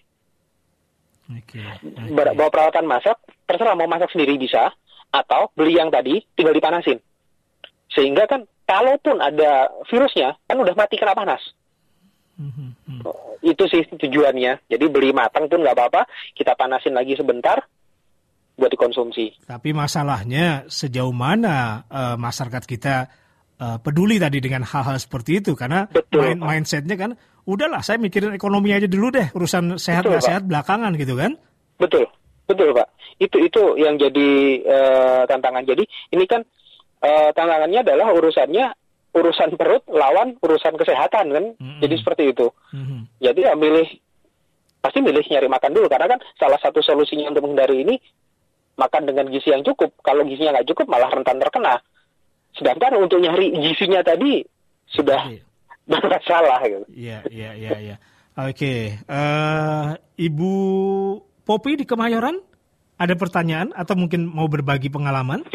[SPEAKER 2] Okay. Okay.
[SPEAKER 3] Bawa peralatan masak, terserah mau masak sendiri bisa, atau beli yang tadi tinggal dipanasin. Sehingga kan kalaupun ada virusnya, kan udah mati kena panas. Hmm, hmm. Itu sih tujuannya. Jadi beli matang pun nggak apa-apa, kita panasin lagi sebentar buat dikonsumsi.
[SPEAKER 2] Tapi masalahnya sejauh mana uh, masyarakat kita uh, peduli tadi dengan hal-hal seperti itu, karena main, mindsetnya kan, udahlah saya mikirin ekonomi aja dulu deh, urusan sehat nggak sehat belakangan gitu kan?
[SPEAKER 3] Betul, betul Pak. Itu itu yang jadi uh, tantangan. Jadi ini kan uh, tantangannya adalah urusannya urusan perut lawan urusan kesehatan kan, mm-hmm. jadi seperti itu. Mm-hmm. Jadi ya milih, pasti milih nyari makan dulu, karena kan salah satu solusinya untuk menghindari ini makan dengan gizi yang cukup. Kalau gizinya nggak cukup malah rentan terkena. Sedangkan untuk nyari gizinya tadi sudah bermasalah gitu.
[SPEAKER 2] Iya iya iya. Ya. Oke, uh, Ibu Popi di Kemayoran ada pertanyaan atau mungkin mau berbagi pengalaman?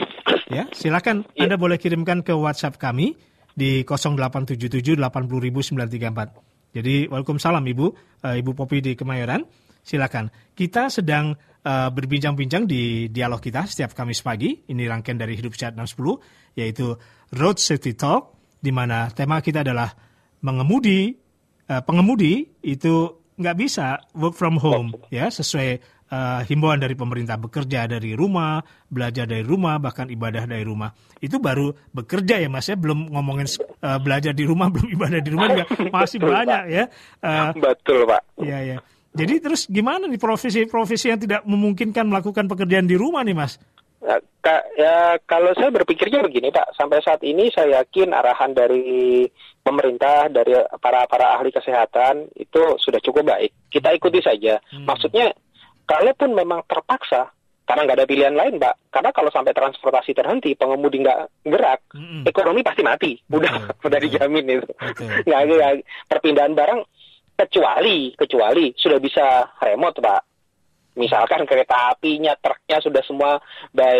[SPEAKER 2] Ya, silakan ya. Anda boleh kirimkan ke WhatsApp kami di nol delapan tujuh tujuh delapan nol nol sembilan tiga empat. Jadi, waalaikumsalam Ibu, uh, Ibu Popi di Kemayoran. Silakan. Kita sedang uh, berbincang-bincang di dialog kita setiap Kamis pagi. Ini rangkaian dari Hidup Sehat enam sepuluh, yaitu Road Safety Talk, di mana tema kita adalah mengemudi, uh, pengemudi itu nggak bisa work from home, ya, sesuai uh, himbauan dari pemerintah, bekerja dari rumah, belajar dari rumah, bahkan ibadah dari rumah. Itu baru bekerja ya Mas ya, belum ngomongin uh, belajar di rumah, belum ibadah di rumah juga masih banyak ya. Uh,
[SPEAKER 3] Betul Pak.
[SPEAKER 2] Iya ya. Jadi terus gimana nih profesi-profesi yang tidak memungkinkan melakukan pekerjaan di rumah nih Mas?
[SPEAKER 3] Ya, ka, ya kalau saya berpikirnya begini Pak, sampai saat ini saya yakin arahan dari pemerintah, dari para para ahli kesehatan itu sudah cukup baik. Kita ikuti saja. Hmm. Maksudnya, kalaupun memang terpaksa, karena nggak ada pilihan lain Pak, karena kalau sampai transportasi terhenti, pengemudi nggak gerak, hmm. ekonomi pasti mati. Udah, udah dijamin itu. Nggak ada perpindahan barang. Kecuali, kecuali sudah bisa remote, Pak. Misalkan kereta apinya, truknya sudah semua by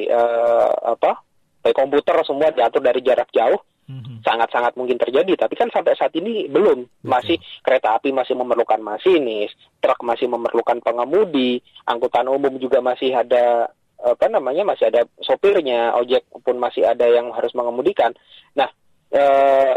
[SPEAKER 3] uh, apa, by komputer semua diatur dari jarak jauh, mm-hmm. sangat-sangat mungkin terjadi. Tapi kan sampai saat ini belum. Betul. Masih kereta api masih memerlukan masinis, truk masih memerlukan pengemudi, angkutan umum juga masih ada apa namanya, masih ada sopirnya, ojek pun masih ada yang harus mengemudikan. Nah. Uh,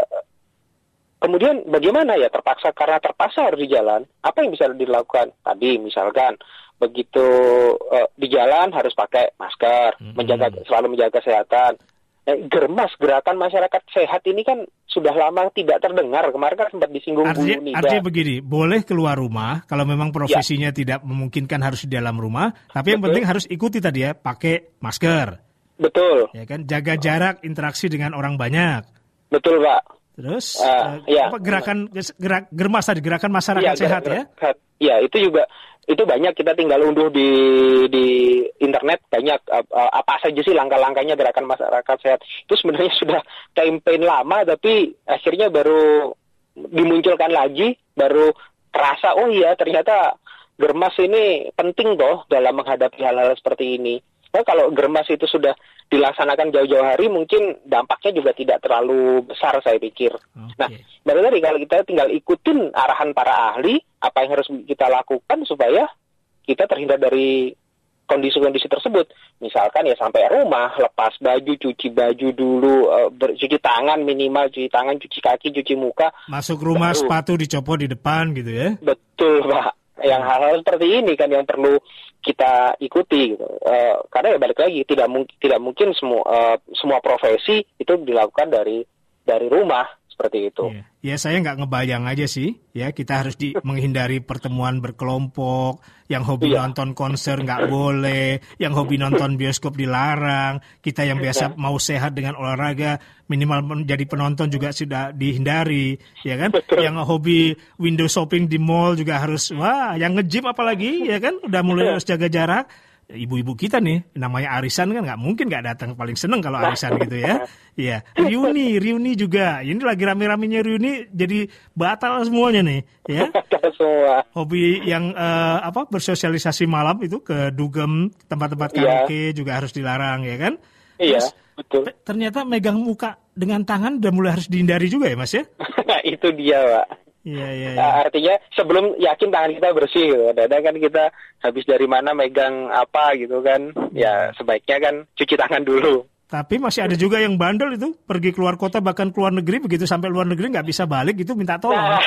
[SPEAKER 3] Kemudian bagaimana ya, terpaksa, karena terpaksa harus di jalan, apa yang bisa dilakukan? Tadi misalkan begitu uh, di jalan harus pakai masker, mm-hmm. menjaga selalu menjaga kesehatan. Eh, germas, gerakan masyarakat sehat ini kan sudah lama tidak terdengar. Kemarin kan sempat disinggung Bu Nida.
[SPEAKER 2] Artinya begini, boleh keluar rumah kalau memang profesinya ya. tidak memungkinkan harus di dalam rumah, tapi yang Betul. penting harus ikuti tadi ya, pakai masker.
[SPEAKER 3] Betul.
[SPEAKER 2] Ya kan, jaga jarak, interaksi dengan orang banyak.
[SPEAKER 3] Betul Pak.
[SPEAKER 2] Terus
[SPEAKER 3] uh,
[SPEAKER 2] uh,
[SPEAKER 3] ya.
[SPEAKER 2] apa gerakan gerak germas tadi, gerakan masyarakat ya, sehat
[SPEAKER 3] gerak,
[SPEAKER 2] ya?
[SPEAKER 3] Ya, itu juga itu banyak, kita tinggal unduh di di internet banyak uh, uh, apa saja sih langkah-langkahnya gerakan masyarakat sehat. Itu sebenarnya sudah campaign lama, tapi akhirnya baru dimunculkan lagi, baru terasa oh iya ternyata germas ini penting toh dalam menghadapi hal-hal seperti ini. Nah, kalau germas itu sudah dilaksanakan jauh-jauh hari, mungkin dampaknya juga tidak terlalu besar, saya pikir. Okay. Nah, baru tadi kalau kita tinggal ikutin arahan para ahli, apa yang harus kita lakukan supaya kita terhindar dari kondisi-kondisi tersebut. Misalkan ya sampai rumah, lepas baju, cuci baju dulu, uh, cuci tangan minimal, cuci tangan, cuci kaki, cuci muka.
[SPEAKER 2] Masuk rumah, baru sepatu dicopot di depan gitu ya?
[SPEAKER 3] Betul, Pak. Yang hal-hal seperti ini kan yang perlu kita ikuti gitu. Uh, karena ya balik lagi tidak mungkin tidak mungkin semua uh, semua profesi itu dilakukan dari dari rumah seperti itu.
[SPEAKER 2] Ya, ya saya nggak ngebayang aja sih ya, kita harus di, menghindari pertemuan berkelompok, yang hobi iya. nonton konser nggak boleh, yang hobi nonton bioskop dilarang, kita yang biasa mau sehat dengan olahraga minimal menjadi penonton juga sudah dihindari, ya kan? Betul. Yang hobi window shopping di mall juga harus, wah, yang nge-gym apalagi, ya kan? Udah mulai harus jaga jarak. Ibu-ibu kita nih, namanya arisan kan nggak mungkin nggak datang, paling seneng kalau arisan gitu ya. Iya, reuni, reuni juga. Ini lagi rame-ramenya reuni, jadi batal semuanya nih, ya.
[SPEAKER 3] Batal semua.
[SPEAKER 2] Hobi yang uh, apa bersosialisasi malam itu ke dugem, tempat-tempat karaoke juga harus dilarang, ya kan?
[SPEAKER 3] Iya,
[SPEAKER 2] Terus,
[SPEAKER 3] betul.
[SPEAKER 2] Ternyata megang muka dengan tangan udah mulai harus dihindari juga ya, Mas ya?
[SPEAKER 3] Nah, itu dia, Pak.
[SPEAKER 2] Iya, iya, iya.
[SPEAKER 3] Nah, artinya sebelum yakin tangan kita bersih, gitu. Kadang kan kita habis dari mana megang apa gitu kan, ya sebaiknya kan cuci tangan dulu.
[SPEAKER 2] Tapi masih ada juga yang bandel itu, pergi keluar kota bahkan keluar negeri, begitu sampai luar negeri nggak bisa balik gitu, minta tolong. Nah.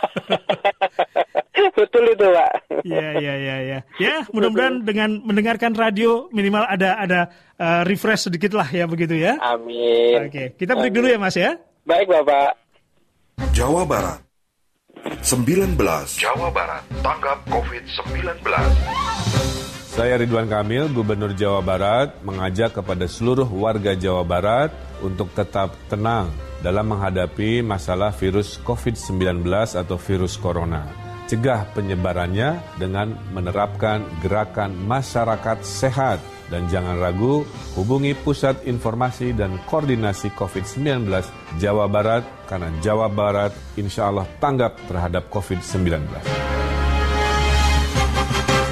[SPEAKER 3] Betul itu, Pak.
[SPEAKER 2] Iya, iya, iya, iya. Ya, mudah-mudahan dengan mendengarkan radio minimal ada ada uh, refresh sedikit lah ya begitu ya.
[SPEAKER 3] Amin.
[SPEAKER 2] Oke, kita break dulu ya Mas ya.
[SPEAKER 3] Baik, Bapak.
[SPEAKER 11] Jawa Barat. sembilan belas Jawa Barat tanggap covid sembilan belas.
[SPEAKER 12] Saya Ridwan Kamil, Gubernur Jawa Barat, mengajak kepada seluruh warga Jawa Barat untuk tetap tenang dalam menghadapi masalah virus covid sembilan belas atau virus corona. Cegah penyebarannya dengan menerapkan gerakan masyarakat sehat. Dan jangan ragu, hubungi Pusat Informasi dan Koordinasi covid sembilan belas Jawa Barat, karena Jawa Barat insya Allah tanggap terhadap covid sembilan belas.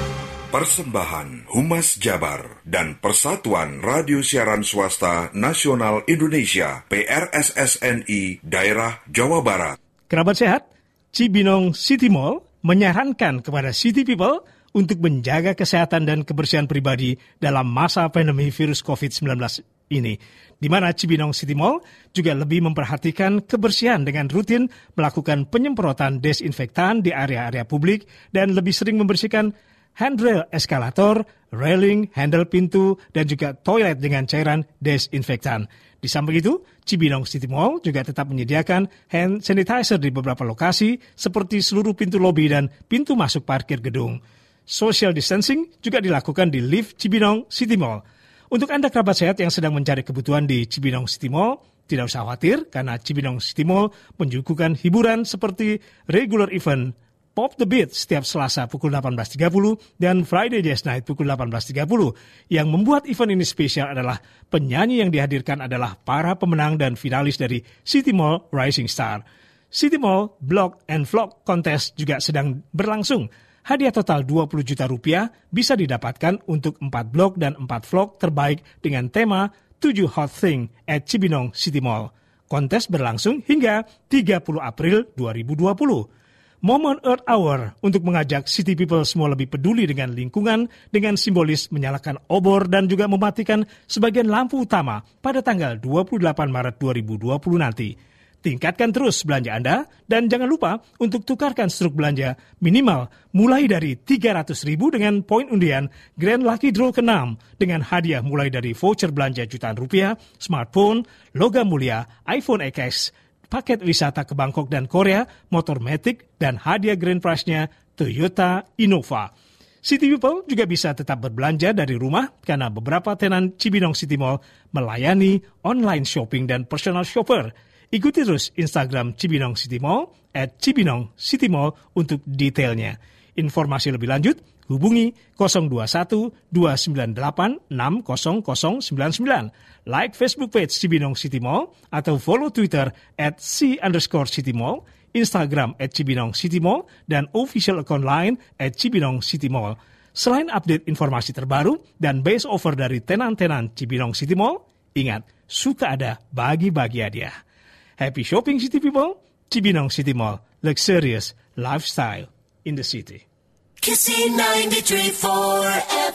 [SPEAKER 11] Persembahan Humas Jabar dan Persatuan Radio Siaran Swasta Nasional Indonesia P R S S N I Daerah Jawa Barat.
[SPEAKER 2] Kerabat sehat, Cibinong City Mall menyarankan kepada City People untuk menjaga kesehatan dan kebersihan pribadi dalam masa pandemi virus covid sembilan belas ini, di mana Cibinong City Mall juga lebih memperhatikan kebersihan dengan rutin melakukan penyemprotan desinfektan di area-area publik dan lebih sering membersihkan handrail eskalator, railing, handle pintu, dan juga toilet dengan cairan desinfektan. Di samping itu, Cibinong City Mall juga tetap menyediakan hand sanitizer di beberapa lokasi seperti seluruh pintu lobi dan pintu masuk parkir gedung. Social distancing juga dilakukan di lift Cibinong City Mall. Untuk Anda kerabat sehat yang sedang mencari kebutuhan di Cibinong City Mall, tidak usah khawatir karena Cibinong City Mall menyuguhkan hiburan seperti regular event Pop the Beat setiap Selasa pukul delapan belas tiga puluh dan Friday Jazz Night pukul delapan belas tiga puluh. Yang membuat event ini spesial adalah penyanyi yang dihadirkan adalah para pemenang dan finalis dari City Mall Rising Star. City Mall Blog and Vlog Contest juga sedang berlangsung. Hadiah total dua puluh juta rupiah bisa didapatkan untuk empat blog dan empat vlog terbaik dengan tema tujuh Hot Thing at Cibinong City Mall. Kontes berlangsung hingga tiga puluh April dua ribu dua puluh. Momen Earth Hour untuk mengajak City People semua lebih peduli dengan lingkungan dengan simbolis menyalakan obor dan juga mematikan sebagian lampu utama pada tanggal dua puluh delapan Maret dua ribu dua puluh nanti. Tingkatkan terus belanja Anda dan jangan lupa untuk tukarkan struk belanja minimal mulai dari tiga ratus ribu dengan poin undian Grand Lucky Draw keenam dengan hadiah mulai dari voucher belanja jutaan rupiah, smartphone, logam mulia, iPhone X S, paket wisata ke Bangkok dan Korea, motor Matic, dan hadiah grand prize-nya Toyota Innova. City People juga bisa tetap berbelanja dari rumah karena beberapa tenan Cibinong City Mall melayani online shopping dan personal shopper. Ikuti terus Instagram Cibinong City Mall at Cibinong City Mall untuk detailnya. Informasi lebih lanjut, hubungi nol dua satu dua sembilan delapan enam nol nol sembilan sembilan. Like Facebook page Cibinong City Mall atau follow Twitter at C underscore City Mall, Instagram at Cibinong City Mall, dan official account line at Cibinong City Mall. Selain update informasi terbaru dan base offer dari tenan-tenan Cibinong City Mall, ingat, suka ada bagi-bagi hadiah. Happy shopping City People, Cibinong City Mall, luxurious lifestyle in the city.
[SPEAKER 13] Kissy ninety-three point four F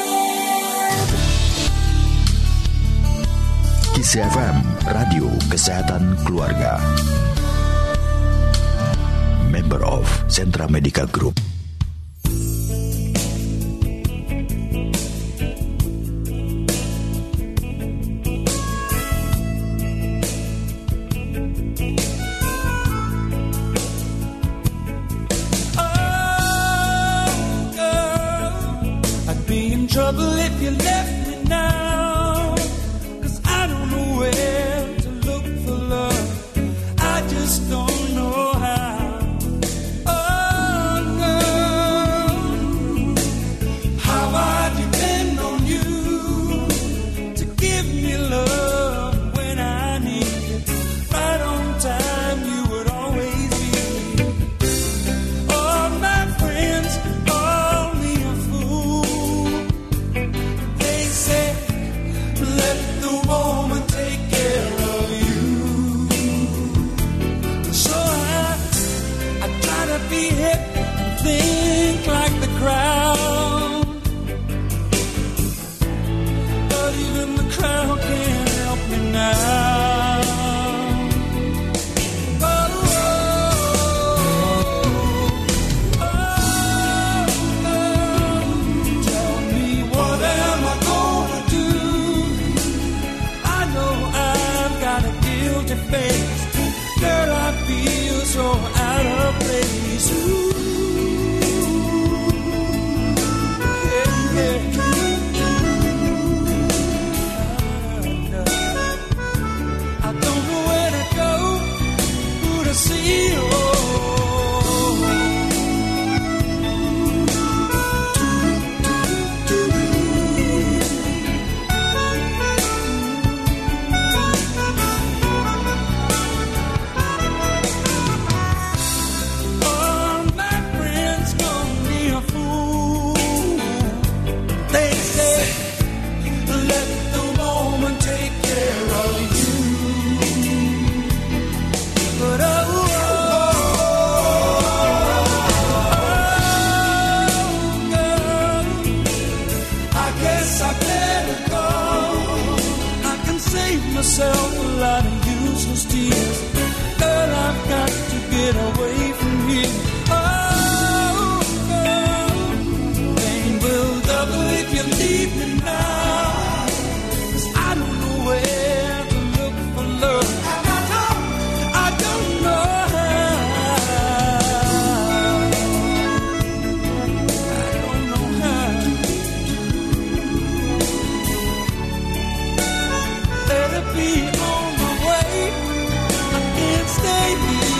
[SPEAKER 13] M.
[SPEAKER 9] Kissy F M, Radio Kesehatan Keluarga. Member of Sentra Medica Group.
[SPEAKER 10] Trouble if you left me now, 'cause I don't know where to look for love. I just don't know how. Oh no, how I depend on you to give me love when I need it. Right on time, you would always be. All my friends call me a fool. Let the woman take care of you. So I, I try to be hip, think like the crowd, but even the crowd can't help me now. Face. Girl, I feel so out of place. Ooh, yeah, yeah. I don't know where to go, who to see. Oh. My save myself a lot of useless tears. Girl, I've got to get away from here. Oh, girl, pain will double if you leave me now. 'Cause I don't know where to look for love. I don't, I don't know how. I don't know how. Let it be on my way. I can't stay here.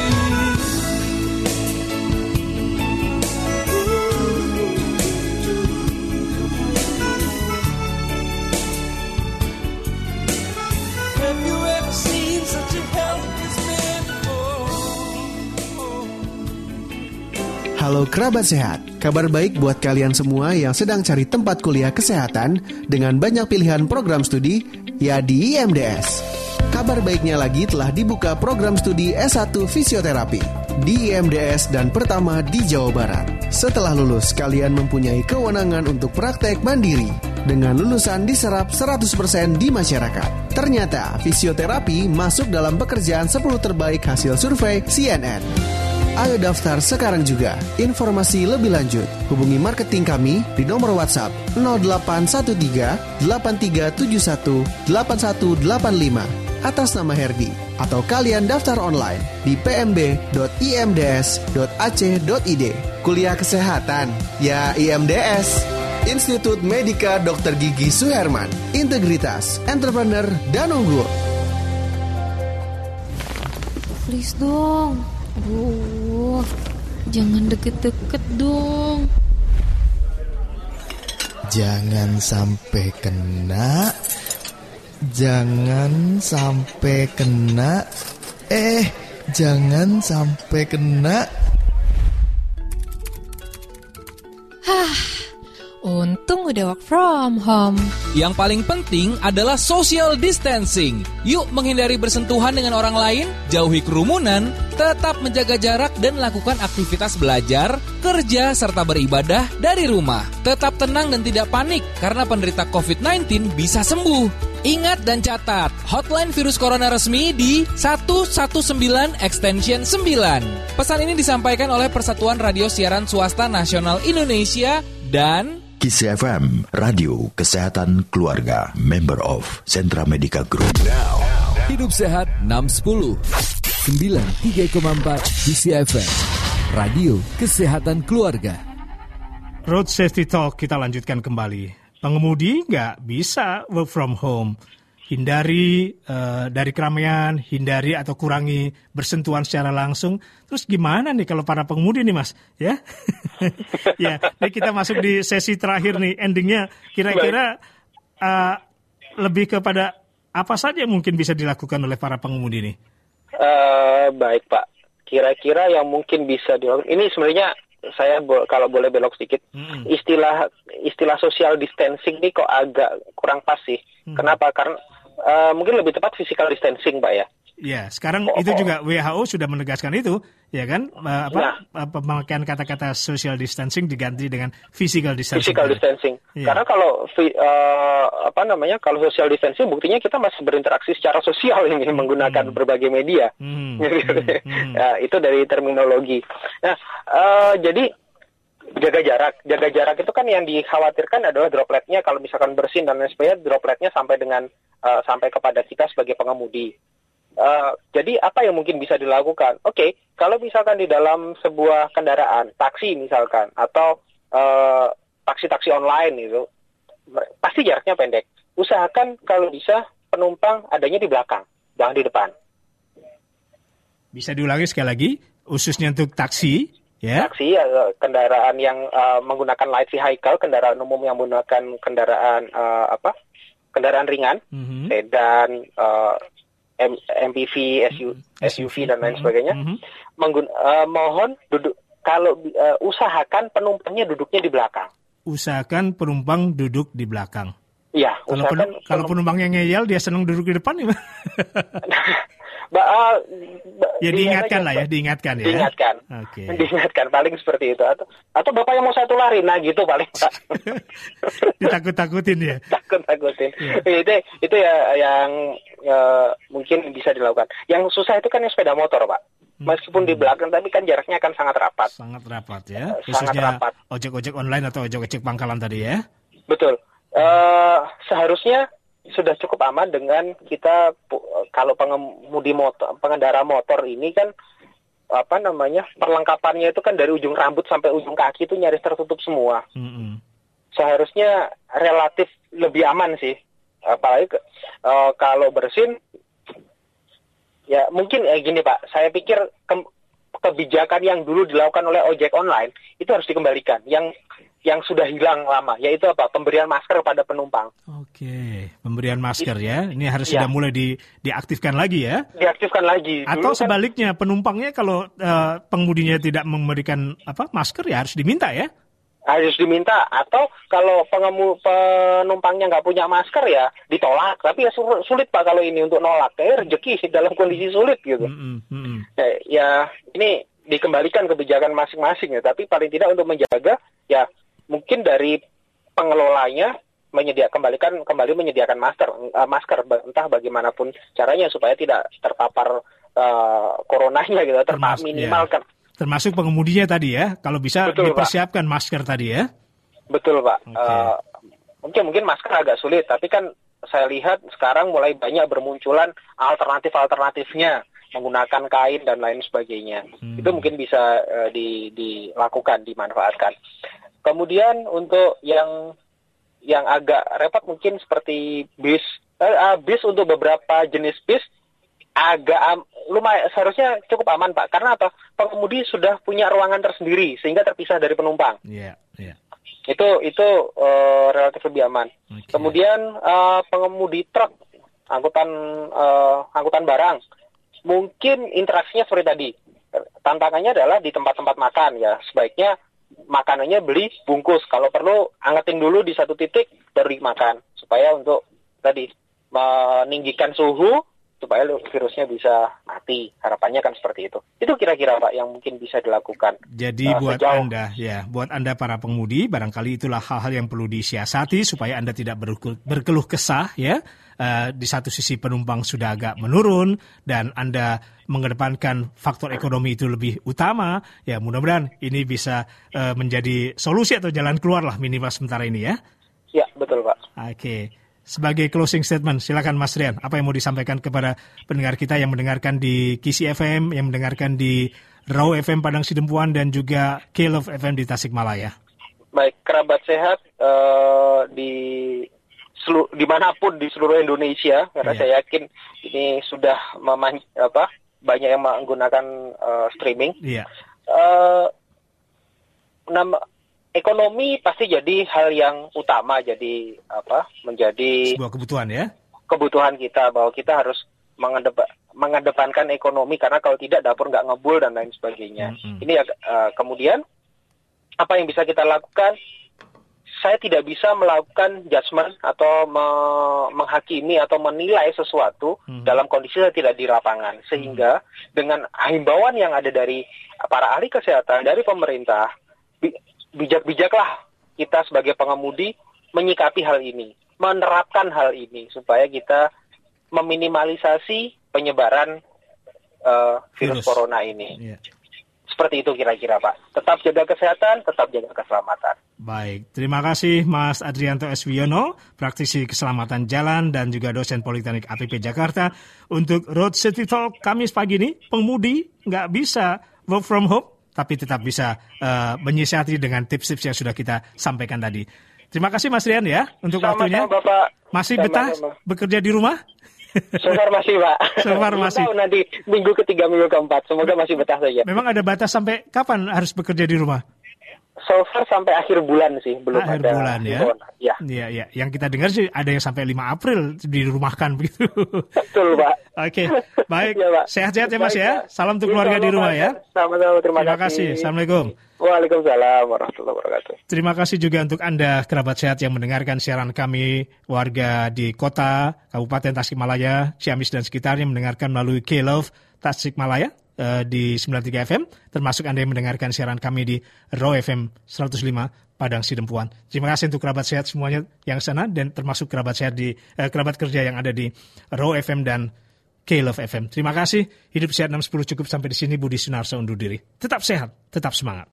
[SPEAKER 10] Have you ever seen such a helpless man before?
[SPEAKER 14] Halo kerabat sehat, kabar baik buat kalian semua yang sedang cari tempat kuliah kesehatan dengan banyak pilihan program studi, ya di I M D S. Kabar baiknya lagi telah dibuka program studi S satu Fisioterapi di I M D S dan pertama di Jawa Barat. Setelah lulus, kalian mempunyai kewenangan untuk praktek mandiri dengan lulusan diserap seratus persen di masyarakat. Ternyata fisioterapi masuk dalam pekerjaan sepuluh terbaik hasil survei C N N. Ayo daftar sekarang juga. Informasi lebih lanjut, hubungi marketing kami di nomor WhatsApp nol delapan satu tiga delapan tiga tujuh satu delapan satu delapan lima atas nama Herdi, atau kalian daftar online di p m b dot i m d s dot a c dot i d. Kuliah kesehatan, ya I M D S. Institut Medika Dokter Gigi Suherman, integritas, entrepreneur, dan unggul.
[SPEAKER 15] Please dong. Aduh, jangan deket-deket dong.
[SPEAKER 16] Jangan sampai kena. Jangan sampai kena. Eh, jangan sampai kena.
[SPEAKER 17] Hah, untung udah work from home.
[SPEAKER 18] Yang paling penting adalah social distancing. Yuk menghindari bersentuhan dengan orang lain, jauhi kerumunan, tetap menjaga jarak dan lakukan aktivitas belajar, kerja, serta beribadah dari rumah. Tetap tenang dan tidak panik karena penderita covid sembilan belas bisa sembuh. Ingat dan catat, hotline virus corona resmi di satu satu sembilan extension sembilan. Pesan ini disampaikan oleh Persatuan Radio Siaran Swasta Nasional Indonesia dan
[SPEAKER 9] Kiss F M, Radio Kesehatan Keluarga, member of Sentra Medica Group.
[SPEAKER 1] Hidup Sehat enam sepuluh sembilan tiga koma empat di C F M, Radio Kesehatan Keluarga.
[SPEAKER 2] Road Safety Talk kita lanjutkan kembali. Pengemudi nggak bisa work from home. Hindari uh, dari keramaian, hindari atau kurangi bersentuhan secara langsung. Terus gimana nih kalau para pengemudi nih Mas? Ya, ya. Ini kita masuk di sesi terakhir nih, endingnya kira-kira uh, lebih kepada apa saja mungkin bisa dilakukan oleh para pengemudi nih?
[SPEAKER 3] Uh, baik Pak, kira-kira yang mungkin bisa dilakukan. Ini sebenarnya saya bo- kalau boleh belok sedikit, hmm. istilah istilah social distancing ini kok agak kurang pas sih. Hmm. Kenapa? Karena uh, mungkin lebih tepat physical distancing, Pak ya.
[SPEAKER 2] Ya, sekarang oh, itu juga W H O sudah menegaskan itu, ya kan? Uh, apa nah, pemakaian kata-kata social distancing diganti dengan physical distancing.
[SPEAKER 3] Physical distancing. Ya. Karena kalau uh, apa namanya? Kalau social distancing buktinya kita masih berinteraksi secara sosial ini hmm. menggunakan hmm. berbagai media. Hmm. hmm. hmm. Ya, itu dari terminologi. Nah, uh, jadi jaga jarak. Jaga jarak itu kan yang dikhawatirkan adalah dropletnya kalau misalkan bersin dan lain sebagainya, dropletnya sampai dengan uh, sampai kepada kita sebagai pengemudi. Uh, jadi apa yang mungkin bisa dilakukan? Oke, okay, kalau misalkan di dalam sebuah kendaraan, taksi misalkan, atau uh, taksi-taksi online itu, pasti jaraknya pendek. Usahakan kalau bisa penumpang adanya di belakang, jangan di depan.
[SPEAKER 2] Bisa diulangi sekali lagi, khususnya untuk taksi, ya? Taksi,
[SPEAKER 3] uh, kendaraan yang uh, menggunakan light vehicle, kendaraan umum yang menggunakan kendaraan uh, apa? Kendaraan ringan, mm-hmm. sedan, uh, M- M P V, S U- S U V dan lain sebagainya. Mm-hmm. Menggun- uh, mohon duduk kalau uh, usahakan penumpangnya duduknya di belakang.
[SPEAKER 2] Usahakan penumpang duduk di belakang.
[SPEAKER 3] Iya,
[SPEAKER 2] kalau,
[SPEAKER 3] usahakan
[SPEAKER 2] pen- kalau penumpangnya ngeyel dia senang duduk di depan ya.
[SPEAKER 3] Ba, uh, ba,
[SPEAKER 2] ya diingatkan lah ya, diingatkan ya.
[SPEAKER 3] Diingatkan.
[SPEAKER 2] Oke.
[SPEAKER 3] Okay. Diingatkan paling seperti itu atau atau Bapak yang mau saya tularin, nah gitu paling Pak.
[SPEAKER 2] Ditakut-takutin ya.
[SPEAKER 3] Takut-takutin. Yeah. Itu itu ya yang uh, mungkin bisa dilakukan. Yang susah itu kan yang sepeda motor, Pak. Meskipun di belakang, tapi kan jaraknya akan sangat rapat.
[SPEAKER 2] Sangat rapat ya.
[SPEAKER 3] Uh,
[SPEAKER 2] Khususnya
[SPEAKER 3] sangat rapat.
[SPEAKER 2] ojek-ojek online atau ojek-ojek pangkalan tadi ya.
[SPEAKER 3] Betul. Uh, seharusnya sudah cukup aman dengan kita kalau pengemudi motor, pengendara motor ini kan apa namanya perlengkapannya itu kan dari ujung rambut sampai ujung kaki itu nyaris tertutup semua. Mm-hmm. Seharusnya relatif lebih aman sih, apalagi uh, kalau bersin. Ya mungkin ya gini Pak, saya pikir ke- kebijakan yang dulu dilakukan oleh ojek online itu harus dikembalikan. Yang yang sudah hilang lama, yaitu apa? Pemberian masker pada penumpang.
[SPEAKER 2] Oke, pemberian masker ya. Ini harus
[SPEAKER 3] ya.
[SPEAKER 2] sudah mulai di, diaktifkan lagi ya.
[SPEAKER 3] Diaktifkan lagi.
[SPEAKER 2] Atau
[SPEAKER 3] Dulu
[SPEAKER 2] sebaliknya,
[SPEAKER 3] kan,
[SPEAKER 2] penumpangnya kalau uh, pengemudinya tidak memberikan apa masker ya harus diminta ya.
[SPEAKER 3] Harus diminta. Atau kalau pengemu, penumpangnya nggak punya masker ya ditolak. Tapi ya sulit Pak kalau ini untuk nolak. Kayak rezeki dalam kondisi sulit gitu.
[SPEAKER 2] Mm-hmm. Mm-hmm.
[SPEAKER 3] Ya, ya ini dikembalikan kebijakan masing-masing ya. Tapi paling tidak untuk menjaga ya. Mungkin dari pengelolanya menyediakan kembalikan kembali menyediakan masker uh, masker entah bagaimanapun caranya supaya tidak terpapar uh, coronanya gitu, terpapar minimalkan.
[SPEAKER 2] Ya. Termasuk pengemudinya tadi ya, kalau bisa betul, dipersiapkan Pak. Masker tadi ya.
[SPEAKER 3] Betul Pak.
[SPEAKER 2] Okay.
[SPEAKER 3] Uh, mungkin mungkin masker agak sulit, tapi kan saya lihat sekarang mulai banyak bermunculan alternatif-alternatifnya menggunakan kain dan lain sebagainya. Hmm. Itu mungkin bisa uh, di, dilakukan, dimanfaatkan. Kemudian untuk yang yang agak repot mungkin seperti bis, eh, bis untuk beberapa jenis bis agak um, lumayan seharusnya cukup aman Pak. Karena apa? Pengemudi sudah punya ruangan tersendiri sehingga terpisah dari penumpang.
[SPEAKER 2] Iya. Yeah, yeah.
[SPEAKER 3] Itu itu uh, relatif lebih aman. Okay. Kemudian uh, pengemudi truk, angkutan uh, angkutan barang, mungkin interaksinya seperti tadi. Tantangannya adalah di tempat-tempat makan ya sebaiknya makanannya beli bungkus, kalau perlu angetin dulu di satu titik baru dimakan supaya untuk tadi meninggikan suhu supaya virusnya bisa mati. Harapannya kan seperti itu. Itu kira-kira Pak yang mungkin bisa dilakukan.
[SPEAKER 2] Jadi uh, buat sejauh. Anda ya, buat Anda para pengemudi barangkali itulah hal-hal yang perlu disiasati supaya Anda tidak berkeluh kesah ya. Uh, di satu sisi penumpang sudah agak menurun dan Anda mengedepankan faktor ekonomi itu lebih utama, ya mudah-mudahan ini bisa uh, menjadi solusi atau jalan keluar lah minimal sementara ini ya.
[SPEAKER 3] Ya, betul Pak.
[SPEAKER 2] Oke, sebagai closing statement silakan Mas Rian, apa yang mau disampaikan kepada pendengar kita yang mendengarkan di Kisi F M, yang mendengarkan di Raw F M Padang Sidempuan dan juga K-Love F M di Tasikmalaya.
[SPEAKER 3] Baik, kerabat sehat uh, di Selu, dimanapun di seluruh Indonesia, karena yeah. saya yakin ini sudah meman, apa, banyak yang menggunakan uh, streaming.
[SPEAKER 2] Yeah.
[SPEAKER 3] Uh, nama, ekonomi pasti jadi hal yang utama, jadi apa, menjadi
[SPEAKER 2] sebuah kebutuhan ya.
[SPEAKER 3] Kebutuhan kita bahwa kita harus mengedep, mengedepankan ekonomi karena kalau tidak dapur nggak ngebul dan lain sebagainya. Mm-hmm. Ini uh, kemudian apa yang bisa kita lakukan? Saya tidak bisa melakukan judgement atau me- menghakimi atau menilai sesuatu hmm. dalam kondisi saya tidak di lapangan. Sehingga hmm. dengan himbauan yang ada dari para ahli kesehatan, dari pemerintah, bijak-bijaklah kita sebagai pengemudi menyikapi hal ini, menerapkan hal ini supaya kita meminimalisasi penyebaran uh, virus, virus corona ini. Yeah. Seperti itu kira-kira Pak. Tetap jaga kesehatan, tetap jaga keselamatan.
[SPEAKER 2] Baik, terima kasih Mas Adrianto S. Wiono, praktisi keselamatan jalan dan juga dosen Politeknik A P P Jakarta. Untuk Road Safety Talk Kamis pagi ini, pengemudi nggak bisa work from home, tapi tetap bisa uh, menyiasati dengan tips-tips yang sudah kita sampaikan tadi. Terima kasih Mas Rian ya untuk
[SPEAKER 3] sama,
[SPEAKER 2] waktunya.
[SPEAKER 3] Sama, Bapak.
[SPEAKER 2] Masih
[SPEAKER 3] sama,
[SPEAKER 2] betah
[SPEAKER 3] sama.
[SPEAKER 2] bekerja di rumah?
[SPEAKER 3] So far masih Pak.
[SPEAKER 2] So far masih.
[SPEAKER 3] Tahu nanti minggu ketiga, minggu keempat. Semoga masih betah saja.
[SPEAKER 2] Memang ada batas sampai kapan harus bekerja di rumah?
[SPEAKER 3] So far sampai akhir bulan sih, belum
[SPEAKER 2] akhir
[SPEAKER 3] ada.
[SPEAKER 2] bulan ya.
[SPEAKER 3] Ya.
[SPEAKER 2] Iya, iya. Yang kita dengar sih ada yang sampai lima April dirumahkan begitu.
[SPEAKER 3] Betul, Pak.
[SPEAKER 2] Oke, baik.
[SPEAKER 3] Ya, Pak.
[SPEAKER 2] Sehat-sehat ya Mas
[SPEAKER 3] Baik,
[SPEAKER 2] ya.
[SPEAKER 3] Pak.
[SPEAKER 2] Salam untuk
[SPEAKER 3] Iya,
[SPEAKER 2] keluarga di
[SPEAKER 3] sama,
[SPEAKER 2] rumah
[SPEAKER 3] Pak.
[SPEAKER 2] ya.
[SPEAKER 3] Sama-sama, terima,
[SPEAKER 2] Terima kasih. Assalamualaikum.
[SPEAKER 3] Waalaikumsalam warahmatullahi wabarakatuh.
[SPEAKER 2] Terima kasih juga untuk Anda kerabat sehat yang mendengarkan siaran kami, warga di kota, Kabupaten Tasikmalaya, Ciamis dan sekitarnya mendengarkan melalui K-Love Tasikmalaya uh, di sembilan puluh tiga F M, termasuk Anda yang mendengarkan siaran kami di Raw F M seratus lima Padang Sidempuan. Terima kasih untuk kerabat sehat semuanya yang sana dan termasuk kerabat sehat di uh, kerabat kerja yang ada di Raw F M dan K-Love F M. Terima kasih. Hidup Sehat enam sepuluh cukup sampai di sini. Budi Sunarso undur diri. Tetap sehat, tetap semangat.